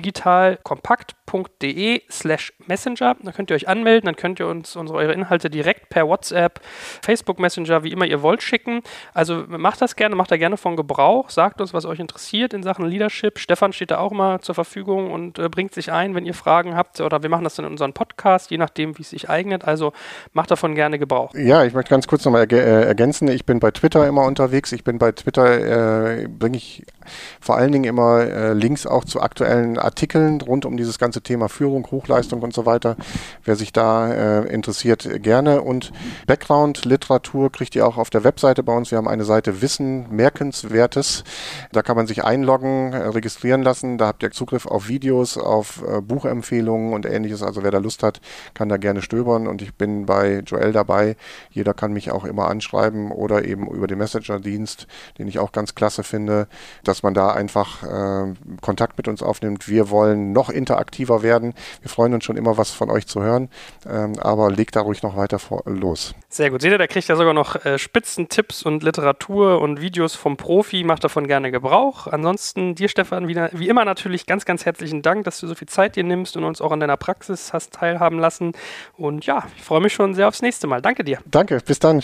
digitalkompakt.de/Messenger. Da könnt ihr euch anmelden, dann könnt ihr uns eure Inhalte direkt per WhatsApp, Facebook Messenger, wie immer ihr wollt, schicken. Also macht das gerne, macht da gerne von Gebrauch, sagt uns, was euch interessiert in Sachen Leadership. Stefan steht da auch immer zur Verfügung und bringt sich ein, wenn ihr Fragen habt oder wir machen das dann in unseren Podcast, je nachdem, wie es sich eignet. Also macht davon gerne Gebrauch. Ja, ich möchte ganz kurz nochmal ergänzen. Ich bin bei Twitter immer unterwegs. Ich bin bei Twitter, bringe ich vor allen Dingen immer Links auch zu aktuellen Artikeln rund um dieses ganze Thema Führung, Hochleistung und so weiter. Wer sich da interessiert, gerne. Und Background-Literatur kriegt ihr auch auf der Webseite bei uns. Wir haben eine Seite Wissen, Merkenswertes. Da kann man sich einloggen, registrieren lassen. Da habt ihr Zugriff auf Videos, auf Buchempfehlungen und Ähnliches. Also wer da Lust hat, kann da gerne stöbern. Und ich bin bei Joel dabei. Jeder kann mich auch immer anschreiben oder eben über den Messenger-Dienst, den ich auch ganz klasse finde, dass man da einfach Kontakt mit uns aufnimmt. Wir wollen noch interaktiver werden. Wir freuen uns schon immer, was von euch zu hören, aber legt da ruhig noch weiter los. Sehr gut. Seht ihr, da kriegt ihr sogar noch Spitzentipps und Literatur und Videos vom Profi. Macht davon gerne Gebrauch. Ansonsten dir, Stefan, wie immer natürlich ganz, ganz herzlichen Dank, dass du so viel Zeit dir nimmst und uns auch an deiner Praxis hast teilhaben lassen. Und ja, ich freue mich schon sehr aufs nächste Mal. Danke dir. Danke, bis dann.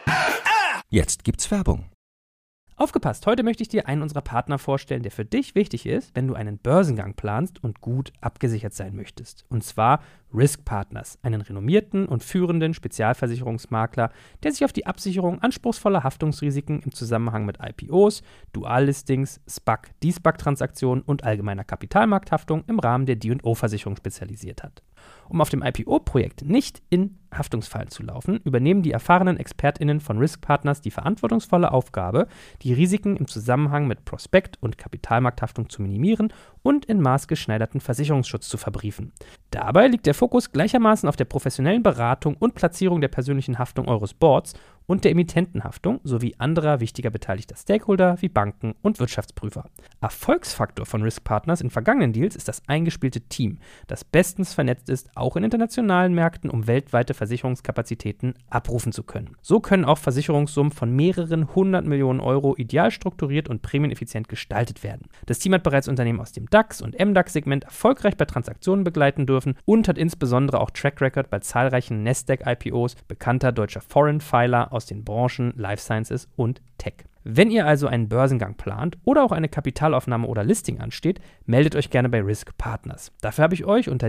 Jetzt gibt's Werbung. Aufgepasst, heute möchte ich dir einen unserer Partner vorstellen, der für dich wichtig ist, wenn du einen Börsengang planst und gut abgesichert sein möchtest. Und zwar Risk Partners, einen renommierten und führenden Spezialversicherungsmakler, der sich auf die Absicherung anspruchsvoller Haftungsrisiken im Zusammenhang mit IPOs, Duallistings, SPAC, De-SPAC-Transaktionen und allgemeiner Kapitalmarkthaftung im Rahmen der D&O-Versicherung spezialisiert hat. Um auf dem IPO-Projekt nicht in Haftungsfallen zu laufen, übernehmen die erfahrenen ExpertInnen von Risk Partners die verantwortungsvolle Aufgabe, die Risiken im Zusammenhang mit Prospekt- und Kapitalmarkthaftung zu minimieren und in maßgeschneiderten Versicherungsschutz zu verbriefen. Dabei liegt der Fokus gleichermaßen auf der professionellen Beratung und Platzierung der persönlichen Haftung eures Boards und der Emittentenhaftung sowie anderer wichtiger beteiligter Stakeholder wie Banken und Wirtschaftsprüfer. Erfolgsfaktor von Risk Partners in vergangenen Deals ist das eingespielte Team, das bestens vernetzt ist, auch in internationalen Märkten, um weltweite Versicherungskapazitäten abrufen zu können. So können auch Versicherungssummen von mehreren 100 Millionen Euro ideal strukturiert und prämieneffizient gestaltet werden. Das Team hat bereits Unternehmen aus dem DAX- und MDAX-Segment erfolgreich bei Transaktionen begleiten dürfen und hat insbesondere auch Track Record bei zahlreichen Nasdaq-IPOs bekannter deutscher Foreign-Filer aus den Branchen Life Sciences und Tech. Wenn ihr also einen Börsengang plant oder auch eine Kapitalaufnahme oder Listing ansteht, meldet euch gerne bei Risk Partners. Dafür habe ich euch unter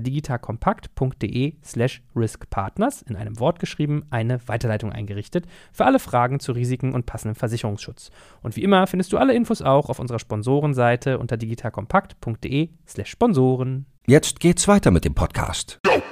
digitalkompakt.de/riskpartners in einem Wort geschrieben eine Weiterleitung eingerichtet für alle Fragen zu Risiken und passendem Versicherungsschutz. Und wie immer findest du alle Infos auch auf unserer Sponsorenseite unter digitalkompakt.de/Sponsoren. Jetzt geht's weiter mit dem Podcast.